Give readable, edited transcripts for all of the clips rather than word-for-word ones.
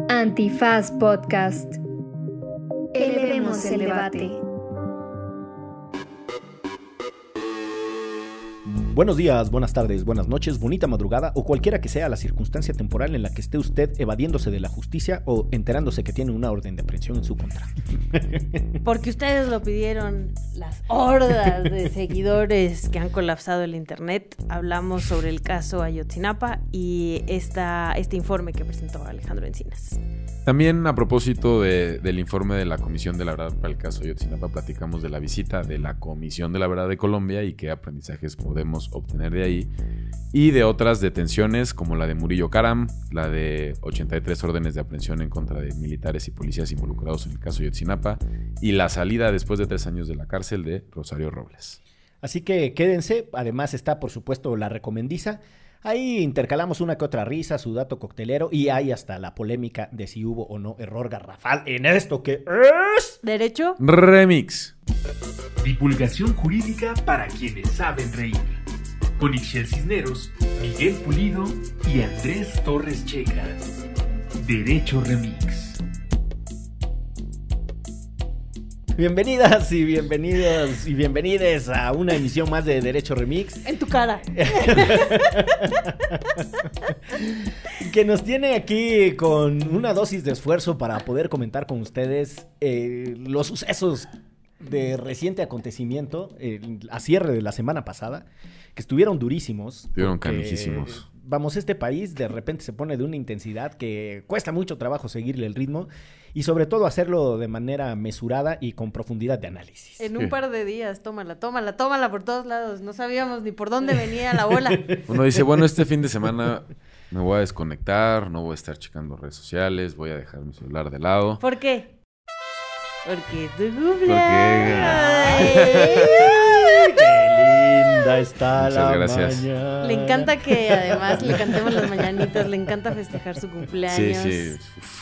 Antifaz Podcast. Elevemos el debate. Buenos días, buenas tardes, buenas noches, bonita madrugada o cualquiera que sea la circunstancia temporal en la que esté usted evadiéndose de la justicia o enterándose que tiene una orden de aprehensión en su contra. Porque ustedes lo pidieron, las hordas de seguidores que han colapsado el internet. Hablamos sobre el caso Ayotzinapa y este informe que presentó Alejandro Encinas. También a propósito del informe de la Comisión de la Verdad para el caso Ayotzinapa, platicamos de la visita de la Comisión de la Verdad de Colombia y qué aprendizajes podemos obtener de ahí, y de otras detenciones como la de Murillo Karam, la de 83 órdenes de aprehensión en contra de militares y policías involucrados en el caso Ayotzinapa, y la salida después de 3 años de la cárcel de Rosario Robles. Así que quédense, además está por supuesto la recomendiza. Ahí intercalamos una que otra risa, su dato coctelero, y hay hasta la polémica de si hubo o no error garrafal en esto que es... ¿Derecho? Remix. Divulgación jurídica para quienes saben reír. Con Ixchel Cisneros, Miguel Pulido y Andrés Torres Checa. Derecho Remix. Bienvenidas y bienvenidos y bienvenides a una emisión más de Derecho Remix. En tu cara. Que nos tiene aquí con una dosis de esfuerzo para poder comentar con ustedes los sucesos de reciente acontecimiento, a cierre de la semana pasada, que estuvieron durísimos. Estuvieron canijísimos. Vamos, este país de repente se pone de una intensidad que cuesta mucho trabajo seguirle el ritmo y sobre todo hacerlo de manera mesurada y con profundidad de análisis. En un par de días, tómala por todos lados. No sabíamos ni por dónde venía la bola. Uno dice, bueno, este fin de semana me voy a desconectar, no voy a estar checando redes sociales, voy a dejar mi celular de lado. ¿Por qué? Porque tu cumpleaños. ¡Qué linda está Muchas la gracias. mañana! Le encanta que además le cantemos las mañanitas, le encanta festejar su cumpleaños. Sí.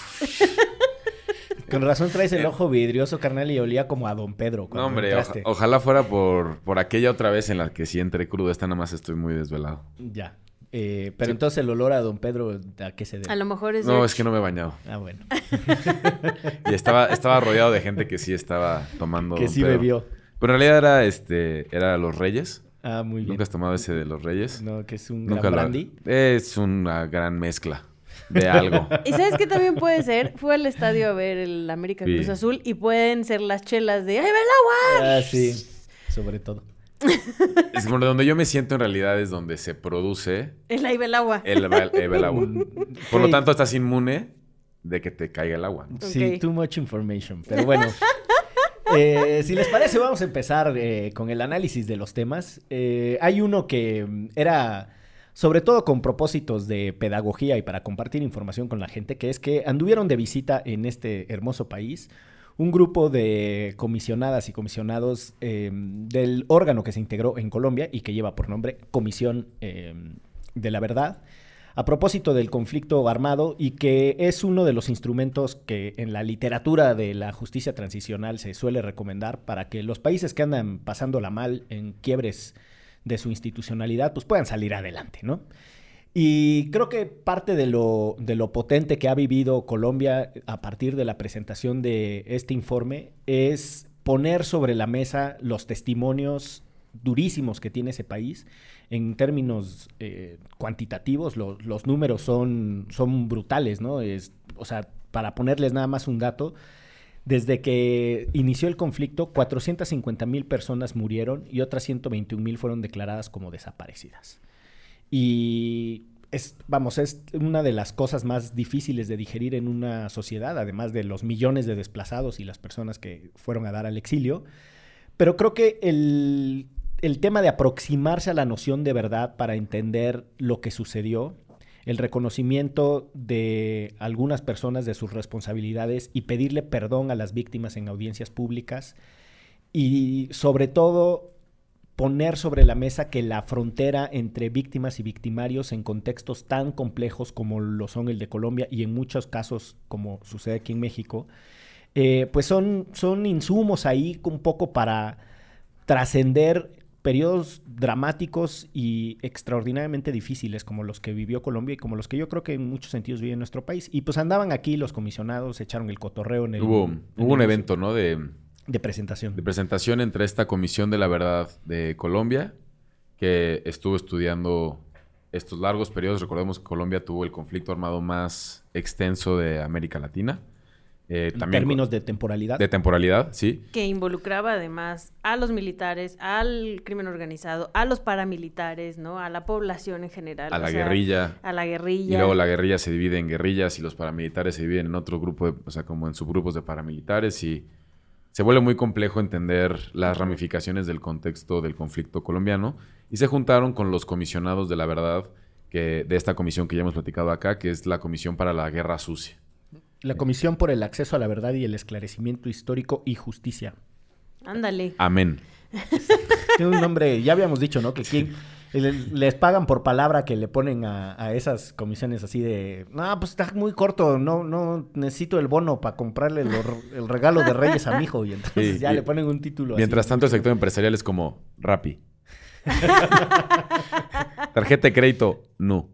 Con razón traes el ojo vidrioso, carnal, y olía como a Don Pedro. No, hombre, entraste. ojalá fuera por aquella otra vez en la que sí entré crudo. Esta nada más estoy muy desvelado. Ya. Pero Sí. entonces el olor a Don Pedro, ¿a qué se debe? A lo mejor es... No, es que no me he bañado. Ah, bueno. Y estaba rodeado de gente que sí estaba tomando Que Don sí Pedro. bebió. Pero en realidad era Los Reyes. Ah, muy bien. ¿Nunca has tomado ese de Los Reyes? No, que es un Nunca gran lo brandy. Es una gran mezcla de algo. ¿Y sabes qué también puede ser? Fue al estadio a ver el América Sí. Cruz Azul y pueden ser las chelas de ¡ay, ve el agua! Ah, sí. Sobre todo. Es como donde yo me siento en realidad es donde se produce El ahí ve el agua. el agua. Por lo tanto, estás inmune de que te caiga el agua. Sí, Ok. too much information. Pero bueno. Si les parece, vamos a empezar con el análisis de los temas. Hay uno que era, sobre todo con propósitos de pedagogía y para compartir información con la gente, que es que anduvieron de visita en este hermoso país un grupo de comisionadas y comisionados del órgano que se integró en Colombia y que lleva por nombre Comisión de la Verdad, a propósito del conflicto armado y que es uno de los instrumentos que en la literatura de la justicia transicional se suele recomendar para que los países que andan pasándola mal en quiebres de su institucionalidad pues puedan salir adelante, ¿no? Y creo que parte de lo potente que ha vivido Colombia a partir de la presentación de este informe es poner sobre la mesa los testimonios durísimos que tiene ese país. En términos cuantitativos, los números son brutales, ¿no? O sea, para ponerles nada más un dato, desde que inició el conflicto, 450,000 personas murieron y otras 121,000 fueron declaradas como desaparecidas. Y es una de las cosas más difíciles de digerir en una sociedad, además de los millones de desplazados y las personas que fueron a dar al exilio. Pero creo que el tema de aproximarse a la noción de verdad para entender lo que sucedió, el reconocimiento de algunas personas de sus responsabilidades y pedirle perdón a las víctimas en audiencias públicas y sobre todo poner sobre la mesa que la frontera entre víctimas y victimarios en contextos tan complejos como lo son el de Colombia y en muchos casos como sucede aquí en México, pues son insumos ahí un poco para trascender periodos dramáticos y extraordinariamente difíciles como los que vivió Colombia y como los que yo creo que en muchos sentidos vive nuestro país. Y pues andaban aquí los comisionados, echaron el cotorreo en el... Hubo un evento, ¿no? De presentación. De presentación entre esta Comisión de la Verdad de Colombia, que estuvo estudiando estos largos periodos. Recordemos que Colombia tuvo el conflicto armado más extenso de América Latina. En términos de temporalidad. De temporalidad, sí. Que involucraba además a los militares, al crimen organizado, a los paramilitares, ¿no? A la población en general. A la guerrilla. A la guerrilla. Y luego la guerrilla se divide en guerrillas y los paramilitares se dividen en otro grupo, o sea, como en subgrupos de paramilitares, y se vuelve muy complejo entender las ramificaciones del contexto del conflicto colombiano. Y se juntaron con los comisionados de la verdad de esta comisión que ya hemos platicado acá, que es la Comisión para la Guerra Sucia. La Comisión por el Acceso a la Verdad y el Esclarecimiento Histórico y Justicia. Ándale. Amén. Tiene un nombre, ya habíamos dicho, ¿no? Que les pagan por palabra que le ponen a esas comisiones así de... No, pues está muy corto, no necesito el bono para comprarle el regalo de Reyes a mi hijo. Y entonces Sí, le ponen un título Mientras así. tanto, el sector empresarial es como Rappi. Tarjeta de crédito, no.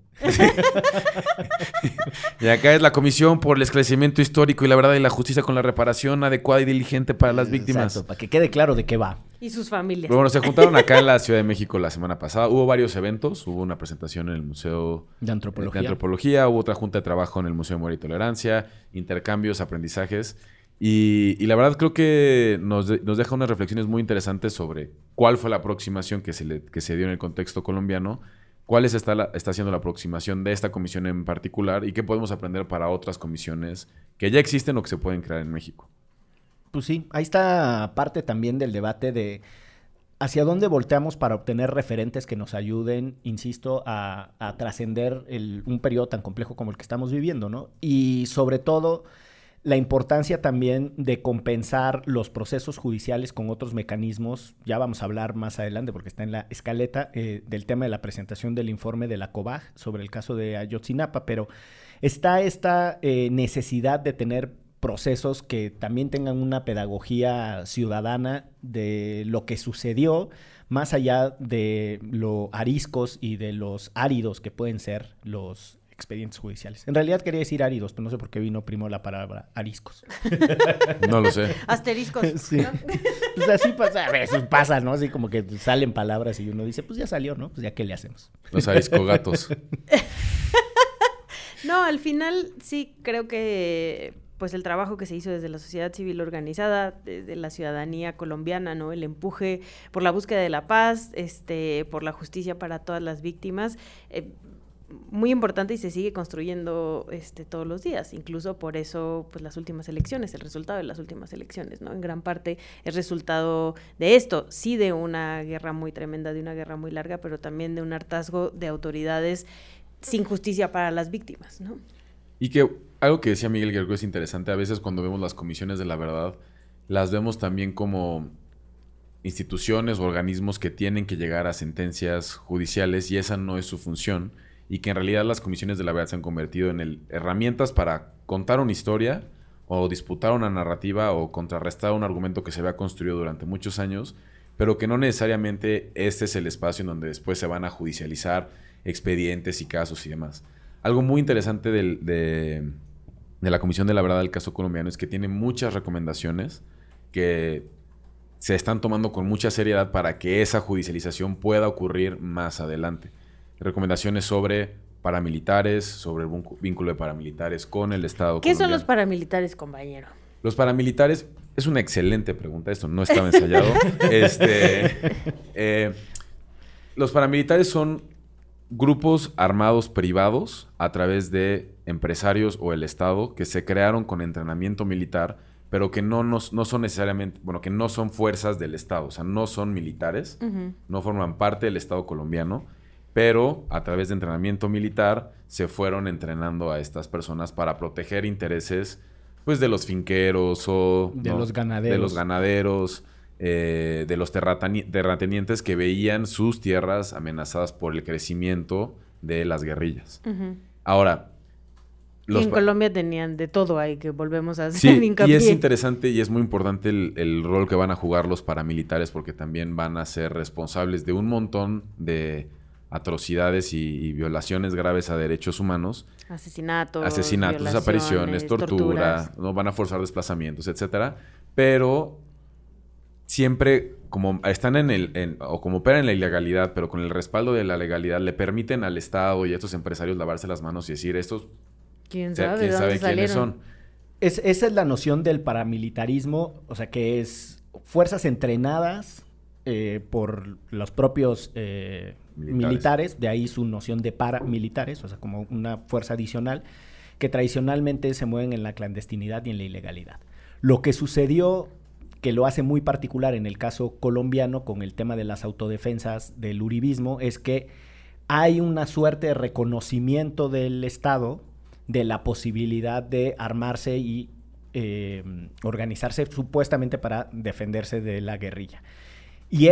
Y acá es la Comisión por el Esclarecimiento Histórico y la Verdad y la Justicia con la reparación adecuada y diligente para las víctimas. Exacto, para que quede claro de qué va. Y sus familias. Pero bueno, se juntaron acá en la Ciudad de México la semana pasada. Hubo varios eventos. Hubo una presentación en el Museo De Antropología. Hubo otra junta de trabajo en el Museo de Memoria y Tolerancia. Intercambios, aprendizajes. Y la verdad creo que nos deja unas reflexiones muy interesantes sobre cuál fue la aproximación que se dio en el contexto colombiano, cuál está haciendo la aproximación de esta comisión en particular y qué podemos aprender para otras comisiones que ya existen o que se pueden crear en México. Pues sí, ahí está parte también del debate de hacia dónde volteamos para obtener referentes que nos ayuden, insisto, a trascender un periodo tan complejo como el que estamos viviendo, ¿no? Y sobre todo la importancia también de compensar los procesos judiciales con otros mecanismos. Ya vamos a hablar más adelante, porque está en la escaleta, del tema de la presentación del informe de la COBAG sobre el caso de Ayotzinapa, pero está esta necesidad de tener procesos que también tengan una pedagogía ciudadana de lo que sucedió, más allá de lo ariscos y de los áridos que pueden ser los expedientes judiciales. En realidad quería decir áridos, pero no sé por qué vino primero la palabra ariscos. No lo sé. Asteriscos. Sí. Pues así pasa, a veces pasa, ¿no? Así como que salen palabras y uno dice, pues ya salió, ¿no? Pues ya qué le hacemos. Los ariscogatos. No, al final sí creo que pues el trabajo que se hizo desde la sociedad civil organizada, desde la ciudadanía colombiana, ¿no? El empuje por la búsqueda de la paz, por la justicia para todas las víctimas, muy importante y se sigue construyendo todos los días. Incluso por eso, pues las últimas elecciones, el resultado de las últimas elecciones, ¿no? En gran parte es resultado de esto, sí de una guerra muy tremenda, de una guerra muy larga, pero también de un hartazgo de autoridades sin justicia para las víctimas, ¿no? Y que algo que decía Miguel Guerrero es interesante, a veces cuando vemos las comisiones de la verdad, las vemos también como instituciones o organismos que tienen que llegar a sentencias judiciales y esa no es su función, y que en realidad las comisiones de la verdad se han convertido en herramientas para contar una historia o disputar una narrativa o contrarrestar un argumento que se había construido durante muchos años, pero que no necesariamente este es el espacio en donde después se van a judicializar expedientes y casos y demás. Algo muy interesante de la Comisión de la Verdad del caso colombiano es que tiene muchas recomendaciones que se están tomando con mucha seriedad para que esa judicialización pueda ocurrir más adelante. Recomendaciones sobre paramilitares, sobre el vínculo de paramilitares con el Estado ¿Qué colombiano. son los paramilitares, compañero? Los paramilitares, es una excelente pregunta, esto no estaba ensayado. Los paramilitares son grupos armados privados a través de empresarios o el Estado que se crearon con entrenamiento militar, pero que no son necesariamente, que no son fuerzas del Estado, o sea, no son militares, no forman parte del Estado colombiano, pero a través de entrenamiento militar se fueron entrenando a estas personas para proteger intereses pues de los finqueros o los ganaderos. De los ganaderos, de los terratenientes que veían sus tierras amenazadas por el crecimiento de las guerrillas. Ahora, Y en Colombia tenían de todo ahí, que volvemos a hacer sí, hincapié. Y es interesante y es muy importante el rol que van a jugar los paramilitares, porque también van a ser responsables de un montón de atrocidades y violaciones graves a derechos humanos. Asesinatos, desapariciones, tortura, ¿no? Van a forzar desplazamientos, etcétera. Pero siempre, como están o como operan en la ilegalidad, pero con el respaldo de la legalidad, le permiten al Estado y a estos empresarios lavarse las manos y decir, estos... ¿Quién sabe quiénes son? Esa es la noción del paramilitarismo, o sea, que es fuerzas entrenadas por los propios militares, de ahí su noción de paramilitares, o sea, como una fuerza adicional, que tradicionalmente se mueven en la clandestinidad y en la ilegalidad. Lo que sucedió, que lo hace muy particular en el caso colombiano con el tema de las autodefensas del uribismo, es que hay una suerte de reconocimiento del Estado de la posibilidad de armarse y organizarse supuestamente para defenderse de la guerrilla. Y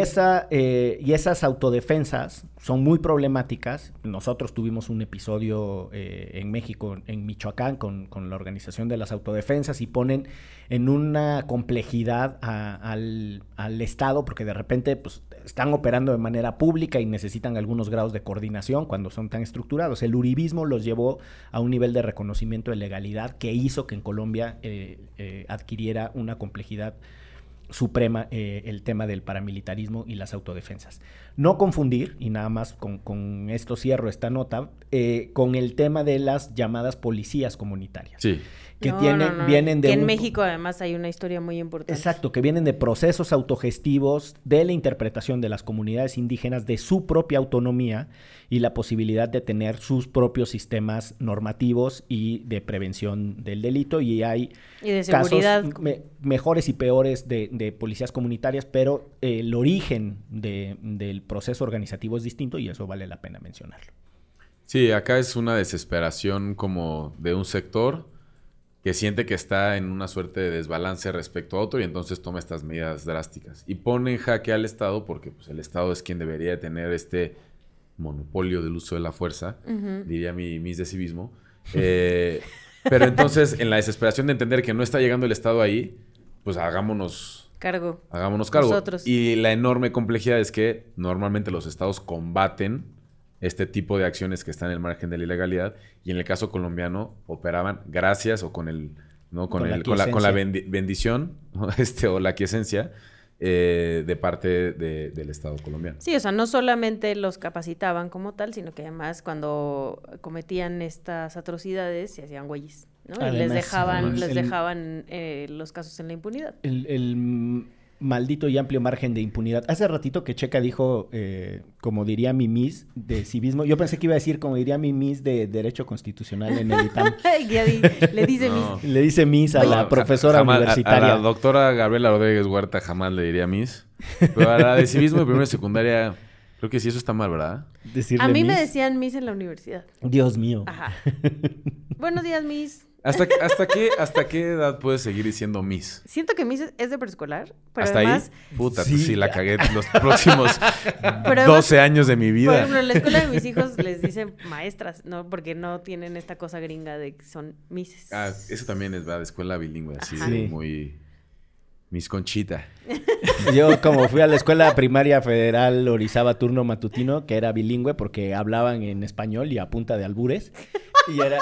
esas autodefensas son muy problemáticas. Nosotros tuvimos un episodio en México, en Michoacán, con la organización de las autodefensas y ponen en una complejidad al Estado porque de repente pues, están operando de manera pública y necesitan algunos grados de coordinación cuando son tan estructurados. El uribismo los llevó a un nivel de reconocimiento de legalidad que hizo que en Colombia adquiriera una complejidad suprema el tema del paramilitarismo y las autodefensas. No confundir, y nada más con esto cierro esta nota, con el tema de las llamadas policías comunitarias. Sí. Que vienen de... Que en México además hay una historia muy importante. Exacto, que vienen de procesos autogestivos, de la interpretación de las comunidades indígenas, de su propia autonomía y la posibilidad de tener sus propios sistemas normativos y de prevención del delito. Y hay de seguridad. Casos mejores y peores de policías comunitarias, pero el origen del proceso organizativo es distinto y eso vale la pena mencionarlo. Sí, acá es una desesperación como de un sector que siente que está en una suerte de desbalance respecto a otro y entonces toma estas medidas drásticas. Y pone en jaque al Estado porque pues, el Estado es quien debería tener este monopolio del uso de la fuerza, diría mi Miss de Civismo. Pero entonces, en la desesperación de entender que no está llegando el Estado ahí, pues hagámonos cargo. Nosotros. Y la enorme complejidad es que normalmente los Estados combaten este tipo de acciones que están en el margen de la ilegalidad y en el caso colombiano operaban gracias o con la bendición, ¿no? O la aquiescencia de parte del Estado colombiano. Sí, o sea, no solamente los capacitaban como tal, sino que además cuando cometían estas atrocidades se hacían güeyes, ¿no? Además, y les dejaban los casos en la impunidad. El maldito y amplio margen de impunidad. Hace ratito que Checa dijo, como diría mi Miss de civismo, yo pensé que iba a decir como diría mi Miss de Derecho Constitucional en el ITAM. Le dice Miss. Le dice Miss a la profesora universitaria. A la doctora Gabriela Rodríguez Huerta jamás le diría Miss. Pero a la de civismo de primera y secundaria, creo que sí, eso está mal, ¿verdad? Decirle a mí Miss. me decían Miss en la universidad. Dios mío. Ajá. Buenos días, Miss. ¿Hasta qué edad puedes seguir diciendo Miss? Siento que Miss es de preescolar, pero ¿hasta además... ahí? Puta, sí. Pues sí la cagué los próximos 12 años de mi vida. Por ejemplo, en la escuela de mis hijos les dicen maestras, ¿no? Porque no tienen esta cosa gringa de que son Misses. Ah, eso también es, ¿verdad? De escuela bilingüe, así, Sí. muy... Miss Conchita. Yo como fui a la escuela primaria federal Orizaba turno matutino, que era bilingüe porque hablaban en español y a punta de albures. Y era...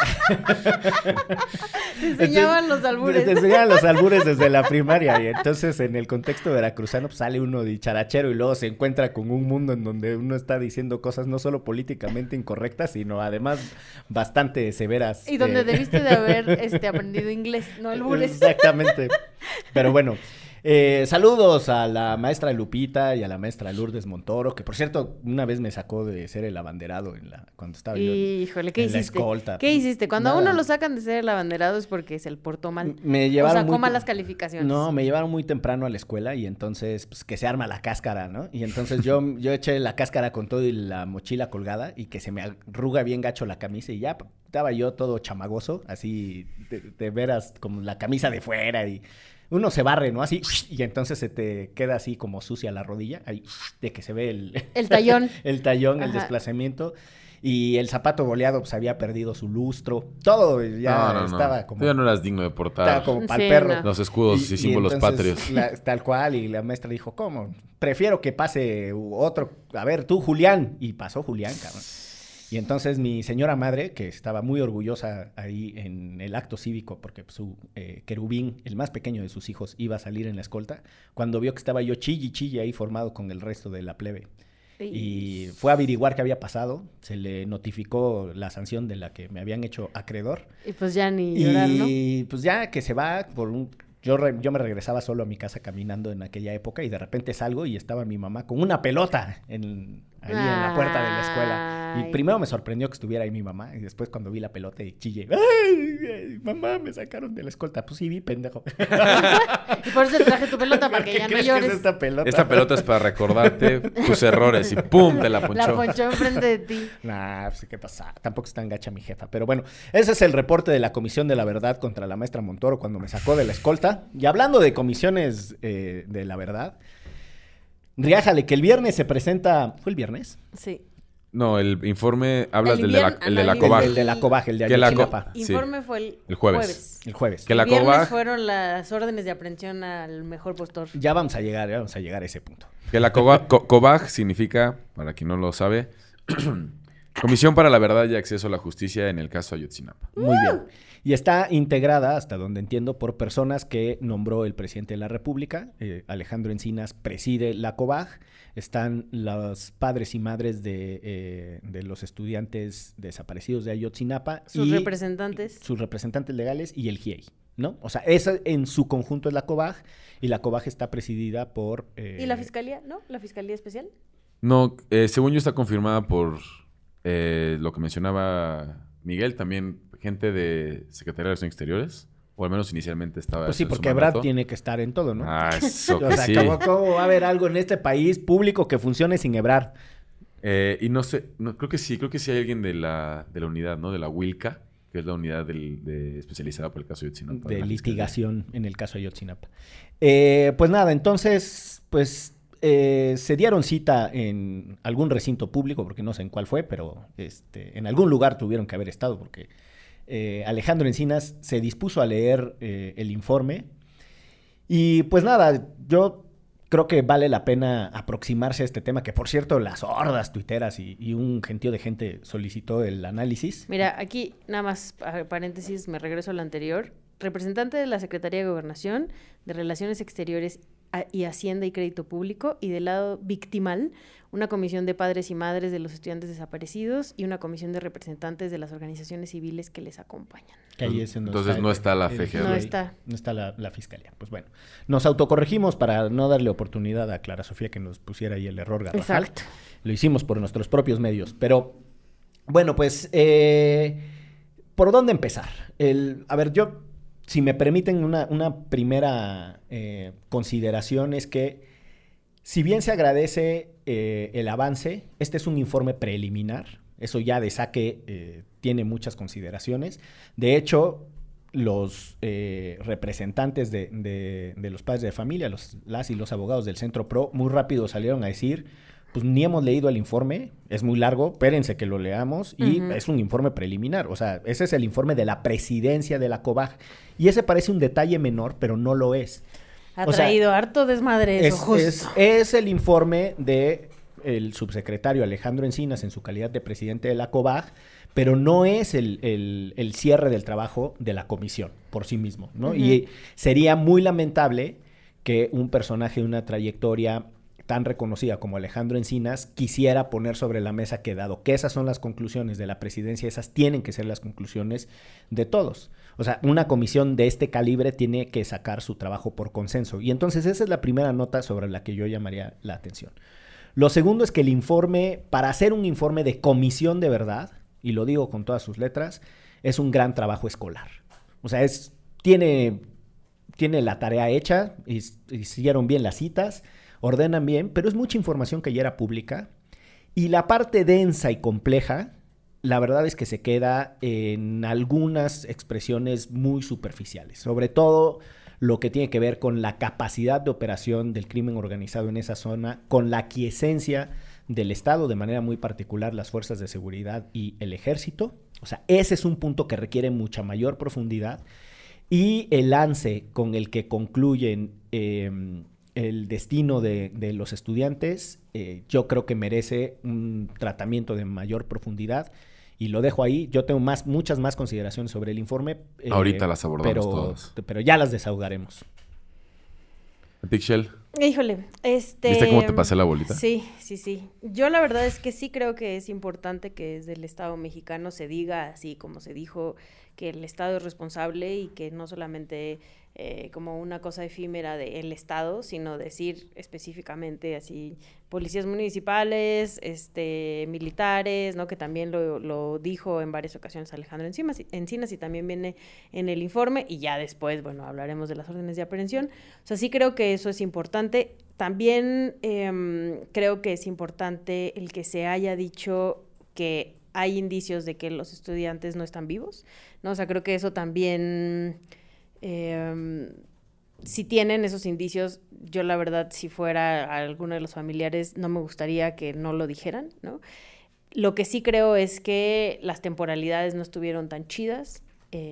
Te enseñaban los albures. Te enseñaban los albures desde la primaria. Y entonces en el contexto veracruzano pues, sale uno dicharachero y luego se encuentra con un mundo en donde uno está diciendo cosas no solo políticamente incorrectas, sino además bastante severas. Y donde debiste de haber aprendido inglés, no albures. Exactamente. Pero bueno... saludos a la maestra Lupita y a la maestra Lourdes Montoro, que por cierto una vez me sacó de ser el abanderado cuando estaba yo Híjole, ¿qué en la hiciste? escolta. ¿Qué hiciste? Cuando Nada. a uno lo sacan de ser el abanderado es porque se le portó mal. Me llevaron o sacó muy malas calificaciones. No, me llevaron muy temprano a la escuela y entonces pues que se arma la cáscara, ¿no? Y entonces yo eché la cáscara con todo y la mochila colgada y que se me arruga bien gacho la camisa y ya estaba yo todo chamagoso, así de veras como la camisa de fuera y uno se barre, ¿no? Así, y entonces se te queda así como sucia la rodilla, ahí, de que se ve El tallón. el tallón, el Ajá. desplazamiento. Y el zapato boleado pues había perdido su lustro. Todo ya estaba como... Tú ya no eras digno de portar Estaba como pa'l perro. no. los escudos y símbolos entonces, patrios. Tal cual, y la maestra dijo, ¿cómo? Prefiero que pase otro. A ver, tú, Julián. Y pasó Julián, cabrón. Y entonces mi señora madre, que estaba muy orgullosa ahí en el acto cívico, porque su querubín, el más pequeño de sus hijos, iba a salir en la escolta, cuando vio que estaba yo chille ahí formado con el resto de la plebe. Y fue a averiguar qué había pasado, se le notificó la sanción de la que me habían hecho acreedor. Y pues ya ni llorar, ¿no? Y pues ya que se va por un... Yo me regresaba solo a mi casa caminando en aquella época y de repente salgo y estaba mi mamá con una pelota ahí en la puerta de la escuela. Y primero me sorprendió que estuviera ahí mi mamá y después cuando vi la pelota y chillé, ¡ay, mamá, me sacaron de la escolta! Pues sí vi, pendejo. Y por eso te traje tu pelota para que ya no llores. ¿Qué es esta pelota? Esta pelota es para recordarte tus errores y ¡pum! Te la ponchó. La ponchó enfrente de ti. Nah, pues qué pasa. Tampoco es tan gacha mi jefa. Pero bueno, ese es el reporte de la Comisión de la Verdad contra la maestra Montoro cuando me sacó de la escolta. Y hablando de comisiones de la verdad, riájale que el viernes se presenta... ¿Fue el viernes? Sí. No, el informe hablas El el de la COBAG. El de la COBAG, el de Que la Ayotzinapa. Sí. Informe fue El jueves. El jueves. Que la el viernes COBAG fueron las órdenes de aprehensión al mejor postor. Ya vamos a llegar a ese punto. Que la COBAG significa, para quien no lo sabe, Comisión para la Verdad y Acceso a la Justicia en el caso Ayotzinapa. Muy bien. Y está integrada, hasta donde entiendo, por personas que nombró el presidente de la República. Alejandro Encinas preside la COBAG. Están los padres y madres de los estudiantes desaparecidos de Ayotzinapa. Sus representantes. Sus representantes legales y el GIEI, ¿no? O sea, esa en su conjunto es la COBAG. Y la COBAG está presidida por... ¿Y la fiscalía? ¿No? ¿La fiscalía especial? No, según yo está confirmada por lo que mencionaba Miguel, también gente de Secretaría de Relaciones Exteriores, o al menos inicialmente estaba... Pues sí, en su porque mandato. Brad tiene que estar en todo, ¿no? Ah, eso O que sea, sí. ¿cómo va a haber algo en este país público que funcione sin Ebrard? Y no sé, creo que sí hay alguien de la unidad, ¿no? De la WILCA, que es la unidad especializada por el caso de Ayotzinapa. De litigación en el caso de Ayotzinapa. Pues nada, entonces, pues... se dieron cita en algún recinto público, porque no sé en cuál fue, pero en algún lugar tuvieron que haber estado, porque Alejandro Encinas se dispuso a leer el informe. Y pues nada, yo creo que vale la pena aproximarse a este tema, que por cierto, las hordas tuiteras y un gentío de gente solicitó el análisis. Mira, aquí nada más, paréntesis, me regreso al anterior. Representante de la Secretaría de Gobernación, de Relaciones Exteriores y Hacienda y Crédito Público, y del lado victimal, una comisión de padres y madres de los estudiantes desaparecidos y una comisión de representantes de las organizaciones civiles que les acompañan. Que ahí es donde Entonces no está la FGR. No está. No está la fiscalía. Pues bueno, nos autocorregimos para no darle oportunidad a Clara Sofía que nos pusiera ahí el error garrafal. Exacto. Lo hicimos por nuestros propios medios. Pero, bueno, pues, ¿por dónde empezar? A ver, yo... Si me permiten una primera consideración es que si bien se agradece el avance, este es un informe preliminar, eso ya de saque tiene muchas consideraciones. De hecho, los representantes de los padres de familia, las y los abogados del Centro PRO, muy rápido salieron a decir... Pues ni hemos leído el informe, es muy largo, espérense que lo leamos y es un informe preliminar, o sea, ese es el informe de la presidencia de la COBAG y ese parece un detalle menor, pero no lo es. Ha traído harto desmadre eso, es el informe de el subsecretario Alejandro Encinas en su calidad de presidente de la COBAG, pero no es el cierre del trabajo de la comisión por sí mismo, ¿no? Y sería muy lamentable que un personaje de una trayectoria tan reconocida como Alejandro Encinas quisiera poner sobre la mesa que dado que esas son las conclusiones de la presidencia, esas tienen que ser las conclusiones de todos. O sea, una comisión de este calibre tiene que sacar su trabajo por consenso. Y entonces esa es la primera nota sobre la que yo llamaría la atención. Lo segundo es que el informe, para hacer un informe de comisión de verdad, y lo digo con todas sus letras, es un gran trabajo escolar. O sea, tiene la tarea hecha, hicieron bien las citas, ordenan bien, pero es mucha información que ya era pública. Y la parte densa y compleja, la verdad es que se queda en algunas expresiones muy superficiales. Sobre todo lo que tiene que ver con la capacidad de operación del crimen organizado en esa zona, con la aquiescencia del Estado, de manera muy particular las fuerzas de seguridad y el ejército. O sea, ese es un punto que requiere mucha mayor profundidad. Y el lance con el que concluyen el destino de los estudiantes, yo creo que merece un tratamiento de mayor profundidad. Y lo dejo ahí. Yo tengo muchas más consideraciones sobre el informe. Ahorita las abordamos todas. Pero ya las desahogaremos. Pixel. Híjole, ¿Viste cómo te pasé la bolita? Sí. Yo la verdad es que sí creo que es importante que desde el Estado mexicano se diga, así como se dijo, que el Estado es responsable y que no solamente como una cosa efímera del Estado, sino decir específicamente así policías municipales, militares, ¿no? Que también lo dijo en varias ocasiones Alejandro Encinas y también viene en el informe, y ya después, bueno, hablaremos de las órdenes de aprehensión. O sea, sí creo que eso es importante. También creo que es importante el que se haya dicho que hay indicios de que los estudiantes no están vivos, ¿no? O sea, creo que eso también, si tienen esos indicios, yo la verdad, si fuera a alguno de los familiares, no me gustaría que no lo dijeran, ¿no? Lo que sí creo es que las temporalidades no estuvieron tan chidas.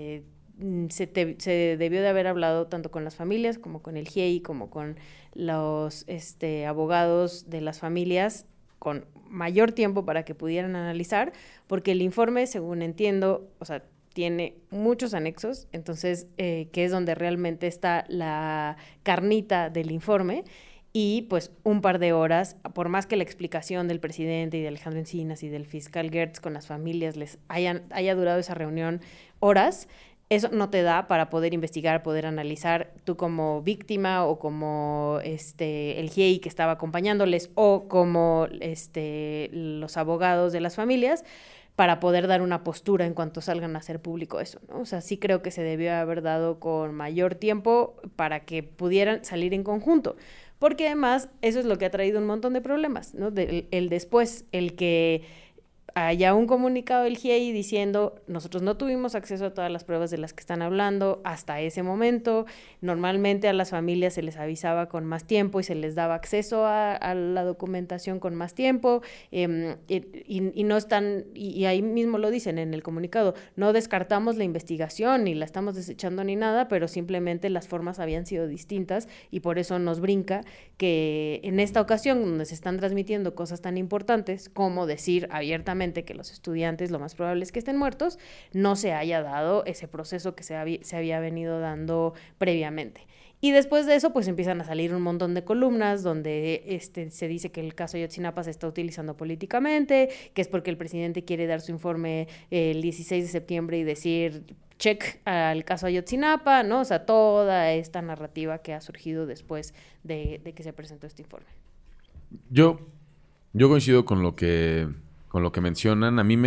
Se debió de haber hablado tanto con las familias como con el GIEI, como con los abogados de las familias, con mayor tiempo para que pudieran analizar, porque el informe, según entiendo, o sea, tiene muchos anexos, entonces, que es donde realmente está la carnita del informe, y pues un par de horas, por más que la explicación del presidente y de Alejandro Encinas y del fiscal Gertz con las familias les haya durado esa reunión horas, eso no te da para poder investigar, poder analizar tú como víctima o como el GIEI que estaba acompañándoles o como los abogados de las familias, para poder dar una postura en cuanto salgan a hacer público eso, ¿no? O sea, sí creo que se debió haber dado con mayor tiempo para que pudieran salir en conjunto, porque además eso es lo que ha traído un montón de problemas, ¿no? El después, el que haya un comunicado del GIEI diciendo nosotros no tuvimos acceso a todas las pruebas de las que están hablando hasta ese momento. Normalmente a las familias se les avisaba con más tiempo y se les daba acceso a la documentación con más tiempo, y no están, y ahí mismo lo dicen en el comunicado, no descartamos la investigación ni la estamos desechando ni nada, pero simplemente las formas habían sido distintas y por eso nos brinca que en esta ocasión donde se están transmitiendo cosas tan importantes como decir abiertamente que los estudiantes lo más probable es que estén muertos, no se haya dado ese proceso que se había venido dando previamente. Y después de eso, pues empiezan a salir un montón de columnas donde se dice que el caso Ayotzinapa se está utilizando políticamente, que es porque el presidente quiere dar su informe el 16 de septiembre y decir check al caso Ayotzinapa, ¿no? O sea, toda esta narrativa que ha surgido después de que se presentó este informe. Yo coincido con lo que mencionan. A mí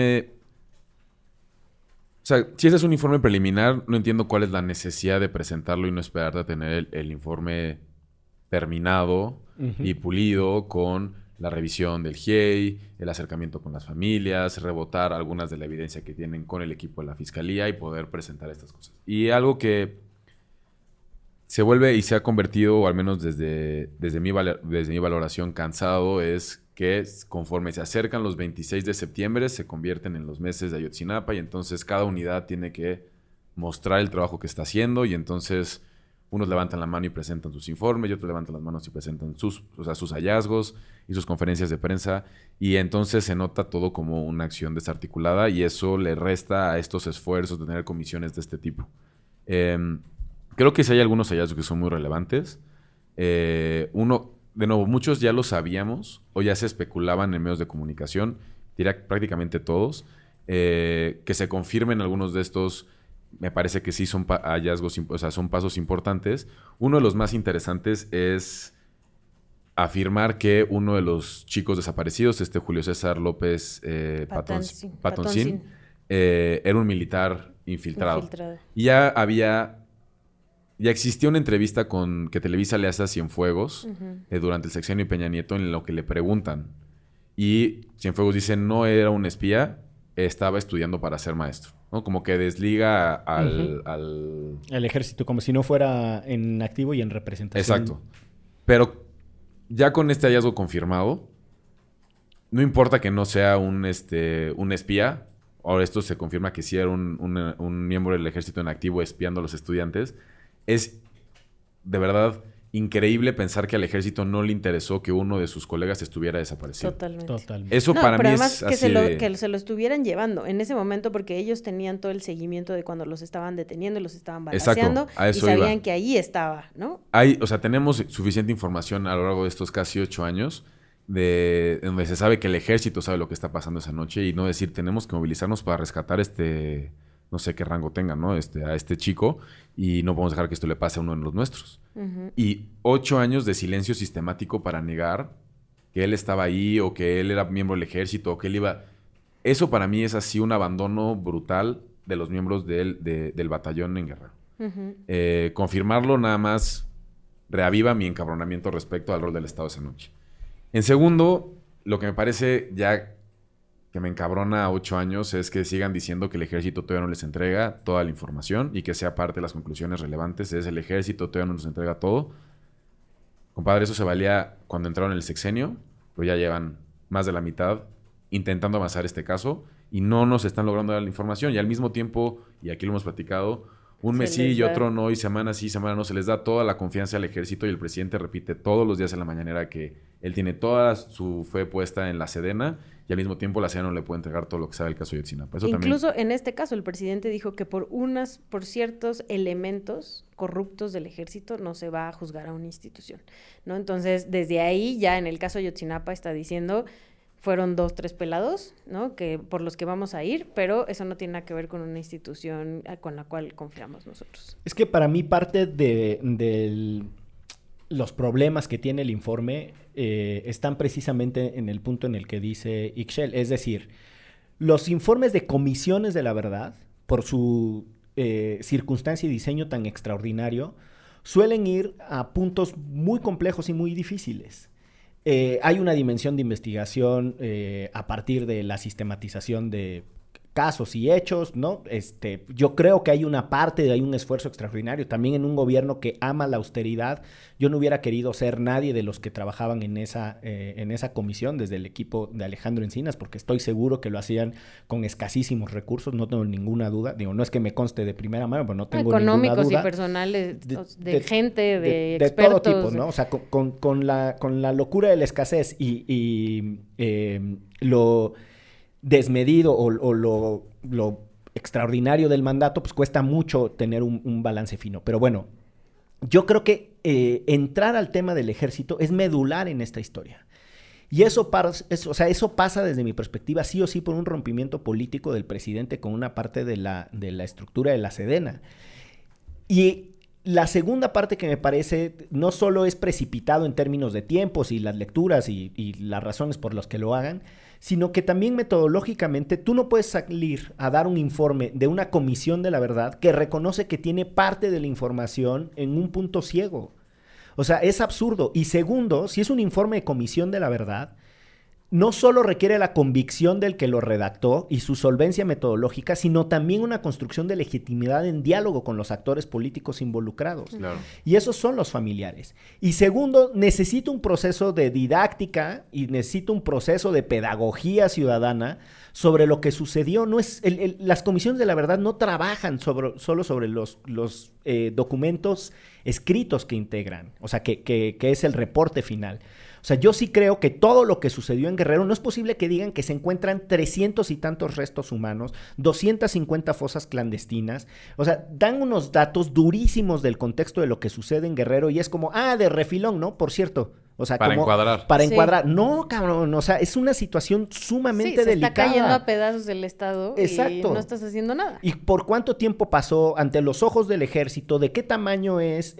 o sea, si ese es un informe preliminar, no entiendo cuál es la necesidad de presentarlo y no esperar a tener el informe terminado y pulido con la revisión del GIEI, el acercamiento con las familias, rebotar algunas de la evidencia que tienen con el equipo de la fiscalía y poder presentar estas cosas. Y algo que se vuelve y se ha convertido, o al menos desde mi valoración, cansado, es que conforme se acercan los 26 de septiembre se convierten en los meses de Ayotzinapa y entonces cada unidad tiene que mostrar el trabajo que está haciendo y entonces unos levantan la mano y presentan sus informes y otros levantan las manos y presentan sus hallazgos y sus conferencias de prensa y entonces se nota todo como una acción desarticulada y eso le resta a estos esfuerzos de tener comisiones de este tipo. Creo que sí hay algunos hallazgos que son muy relevantes. De nuevo, muchos ya lo sabíamos o ya se especulaban en medios de comunicación, diría prácticamente todos, que se confirmen algunos de estos, me parece que sí son hallazgos, o sea, son pasos importantes. Uno de los más interesantes es afirmar que uno de los chicos desaparecidos, Julio César López Patoncín, era un militar infiltrado. Y ya existía una entrevista que Televisa le hace a Cienfuegos durante el sexenio de Peña Nieto en lo que le preguntan. Y Cienfuegos dice, no era un espía, estaba estudiando para ser maestro, ¿no? Como que desliga al ejército, como si no fuera en activo y en representación. Exacto. Pero ya con este hallazgo confirmado, no importa que no sea un espía, ahora esto se confirma que sí era un miembro del ejército en activo espiando a los estudiantes, es de verdad increíble pensar que al ejército no le interesó que uno de sus colegas estuviera desaparecido. Totalmente. Eso No, para pero mí además es que así que se lo estuvieran llevando en ese momento porque ellos tenían todo el seguimiento de cuando los estaban deteniendo y los estaban balaceando. Exacto, a eso y sabían iba. que ahí estaba, ¿no? O sea, tenemos suficiente información a lo largo de estos casi 8 años donde se sabe que el ejército sabe lo que está pasando esa noche y no decir, tenemos que movilizarnos para rescatar no sé qué rango tenga, ¿no? A este chico y no podemos dejar que esto le pase a uno de los nuestros. Uh-huh. Y 8 años de silencio sistemático para negar que él estaba ahí o que él era miembro del ejército o que él iba... Eso para mí es así un abandono brutal de los miembros del batallón en Guerrero. Uh-huh. Confirmarlo nada más reaviva mi encabronamiento respecto al rol del Estado esa noche. En segundo, lo que me parece ya que me encabrona a 8 años es que sigan diciendo que el ejército todavía no les entrega toda la información y que sea parte de las conclusiones relevantes. Es el ejército todavía no nos entrega todo. Compadre, eso se valía cuando entraron en el sexenio, pero ya llevan más de la mitad intentando avanzar este caso y no nos están logrando dar la información. Y al mismo tiempo, y aquí lo hemos platicado, un mes sí y otro no, y semana sí, semana no, se les da toda la confianza al ejército y el presidente repite todos los días en la mañanera que él tiene toda su fe puesta en la Sedena y al mismo tiempo la Sedena no le puede entregar todo lo que sabe el caso de Ayotzinapa. Incluso también... en este caso el presidente dijo que por ciertos elementos corruptos del ejército no se va a juzgar a una institución, ¿no? Entonces, desde ahí ya en el caso de Ayotzinapa está diciendo... Fueron 2, 3 pelados, ¿no? Que por los que vamos a ir, pero eso no tiene nada que ver con una institución con la cual confiamos nosotros. Es que para mí parte de los problemas que tiene el informe están precisamente en el punto en el que dice Ixchel. Es decir, los informes de comisiones de la verdad, por su circunstancia y diseño tan extraordinario, suelen ir a puntos muy complejos y muy difíciles. Hay una dimensión de investigación a partir de la sistematización de casos y hechos, ¿no? Yo creo que hay un esfuerzo extraordinario. También en un gobierno que ama la austeridad, yo no hubiera querido ser nadie de los que trabajaban en esa comisión, desde el equipo de Alejandro Encinas, porque estoy seguro que lo hacían con escasísimos recursos, no tengo ninguna duda. Digo, no es que me conste de primera mano, pero no tengo ninguna duda. Económicos y personales, de gente, de expertos. De todo tipo, ¿no? O sea, con la locura de la escasez y lo desmedido o lo extraordinario del mandato, pues cuesta mucho tener un balance fino. Pero bueno, yo creo que entrar al tema del ejército es medular en esta historia. Y eso pasa desde mi perspectiva sí o sí por un rompimiento político del presidente con una parte de la estructura de la Sedena. Y la segunda parte que me parece no solo es precipitado en términos de tiempos y las lecturas y las razones por las que lo hagan, sino que también metodológicamente tú no puedes salir a dar un informe de una comisión de la verdad que reconoce que tiene parte de la información en un punto ciego. O sea, es absurdo. Y segundo, si es un informe de comisión de la verdad, no solo requiere la convicción del que lo redactó y su solvencia metodológica, sino también una construcción de legitimidad en diálogo con los actores políticos involucrados. Claro. Y esos son los familiares. Y segundo, necesita un proceso de didáctica y necesita un proceso de pedagogía ciudadana sobre lo que sucedió. No es las comisiones de la verdad no trabajan solo sobre los documentos escritos que integran, o sea, que es el reporte final. O sea, yo sí creo que todo lo que sucedió en Guerrero, no es posible que digan que se encuentran 300 y tantos restos humanos, 250 fosas clandestinas. O sea, dan unos datos durísimos del contexto de lo que sucede en Guerrero y es como, de refilón, ¿no? Por cierto. O sea, para encuadrar. Para sí. encuadrar. No, cabrón, o sea, es una situación sumamente delicada. Se está cayendo a pedazos el Estado. Exacto. Y no estás haciendo nada. ¿Y por cuánto tiempo pasó ante los ojos del ejército? ¿De qué tamaño es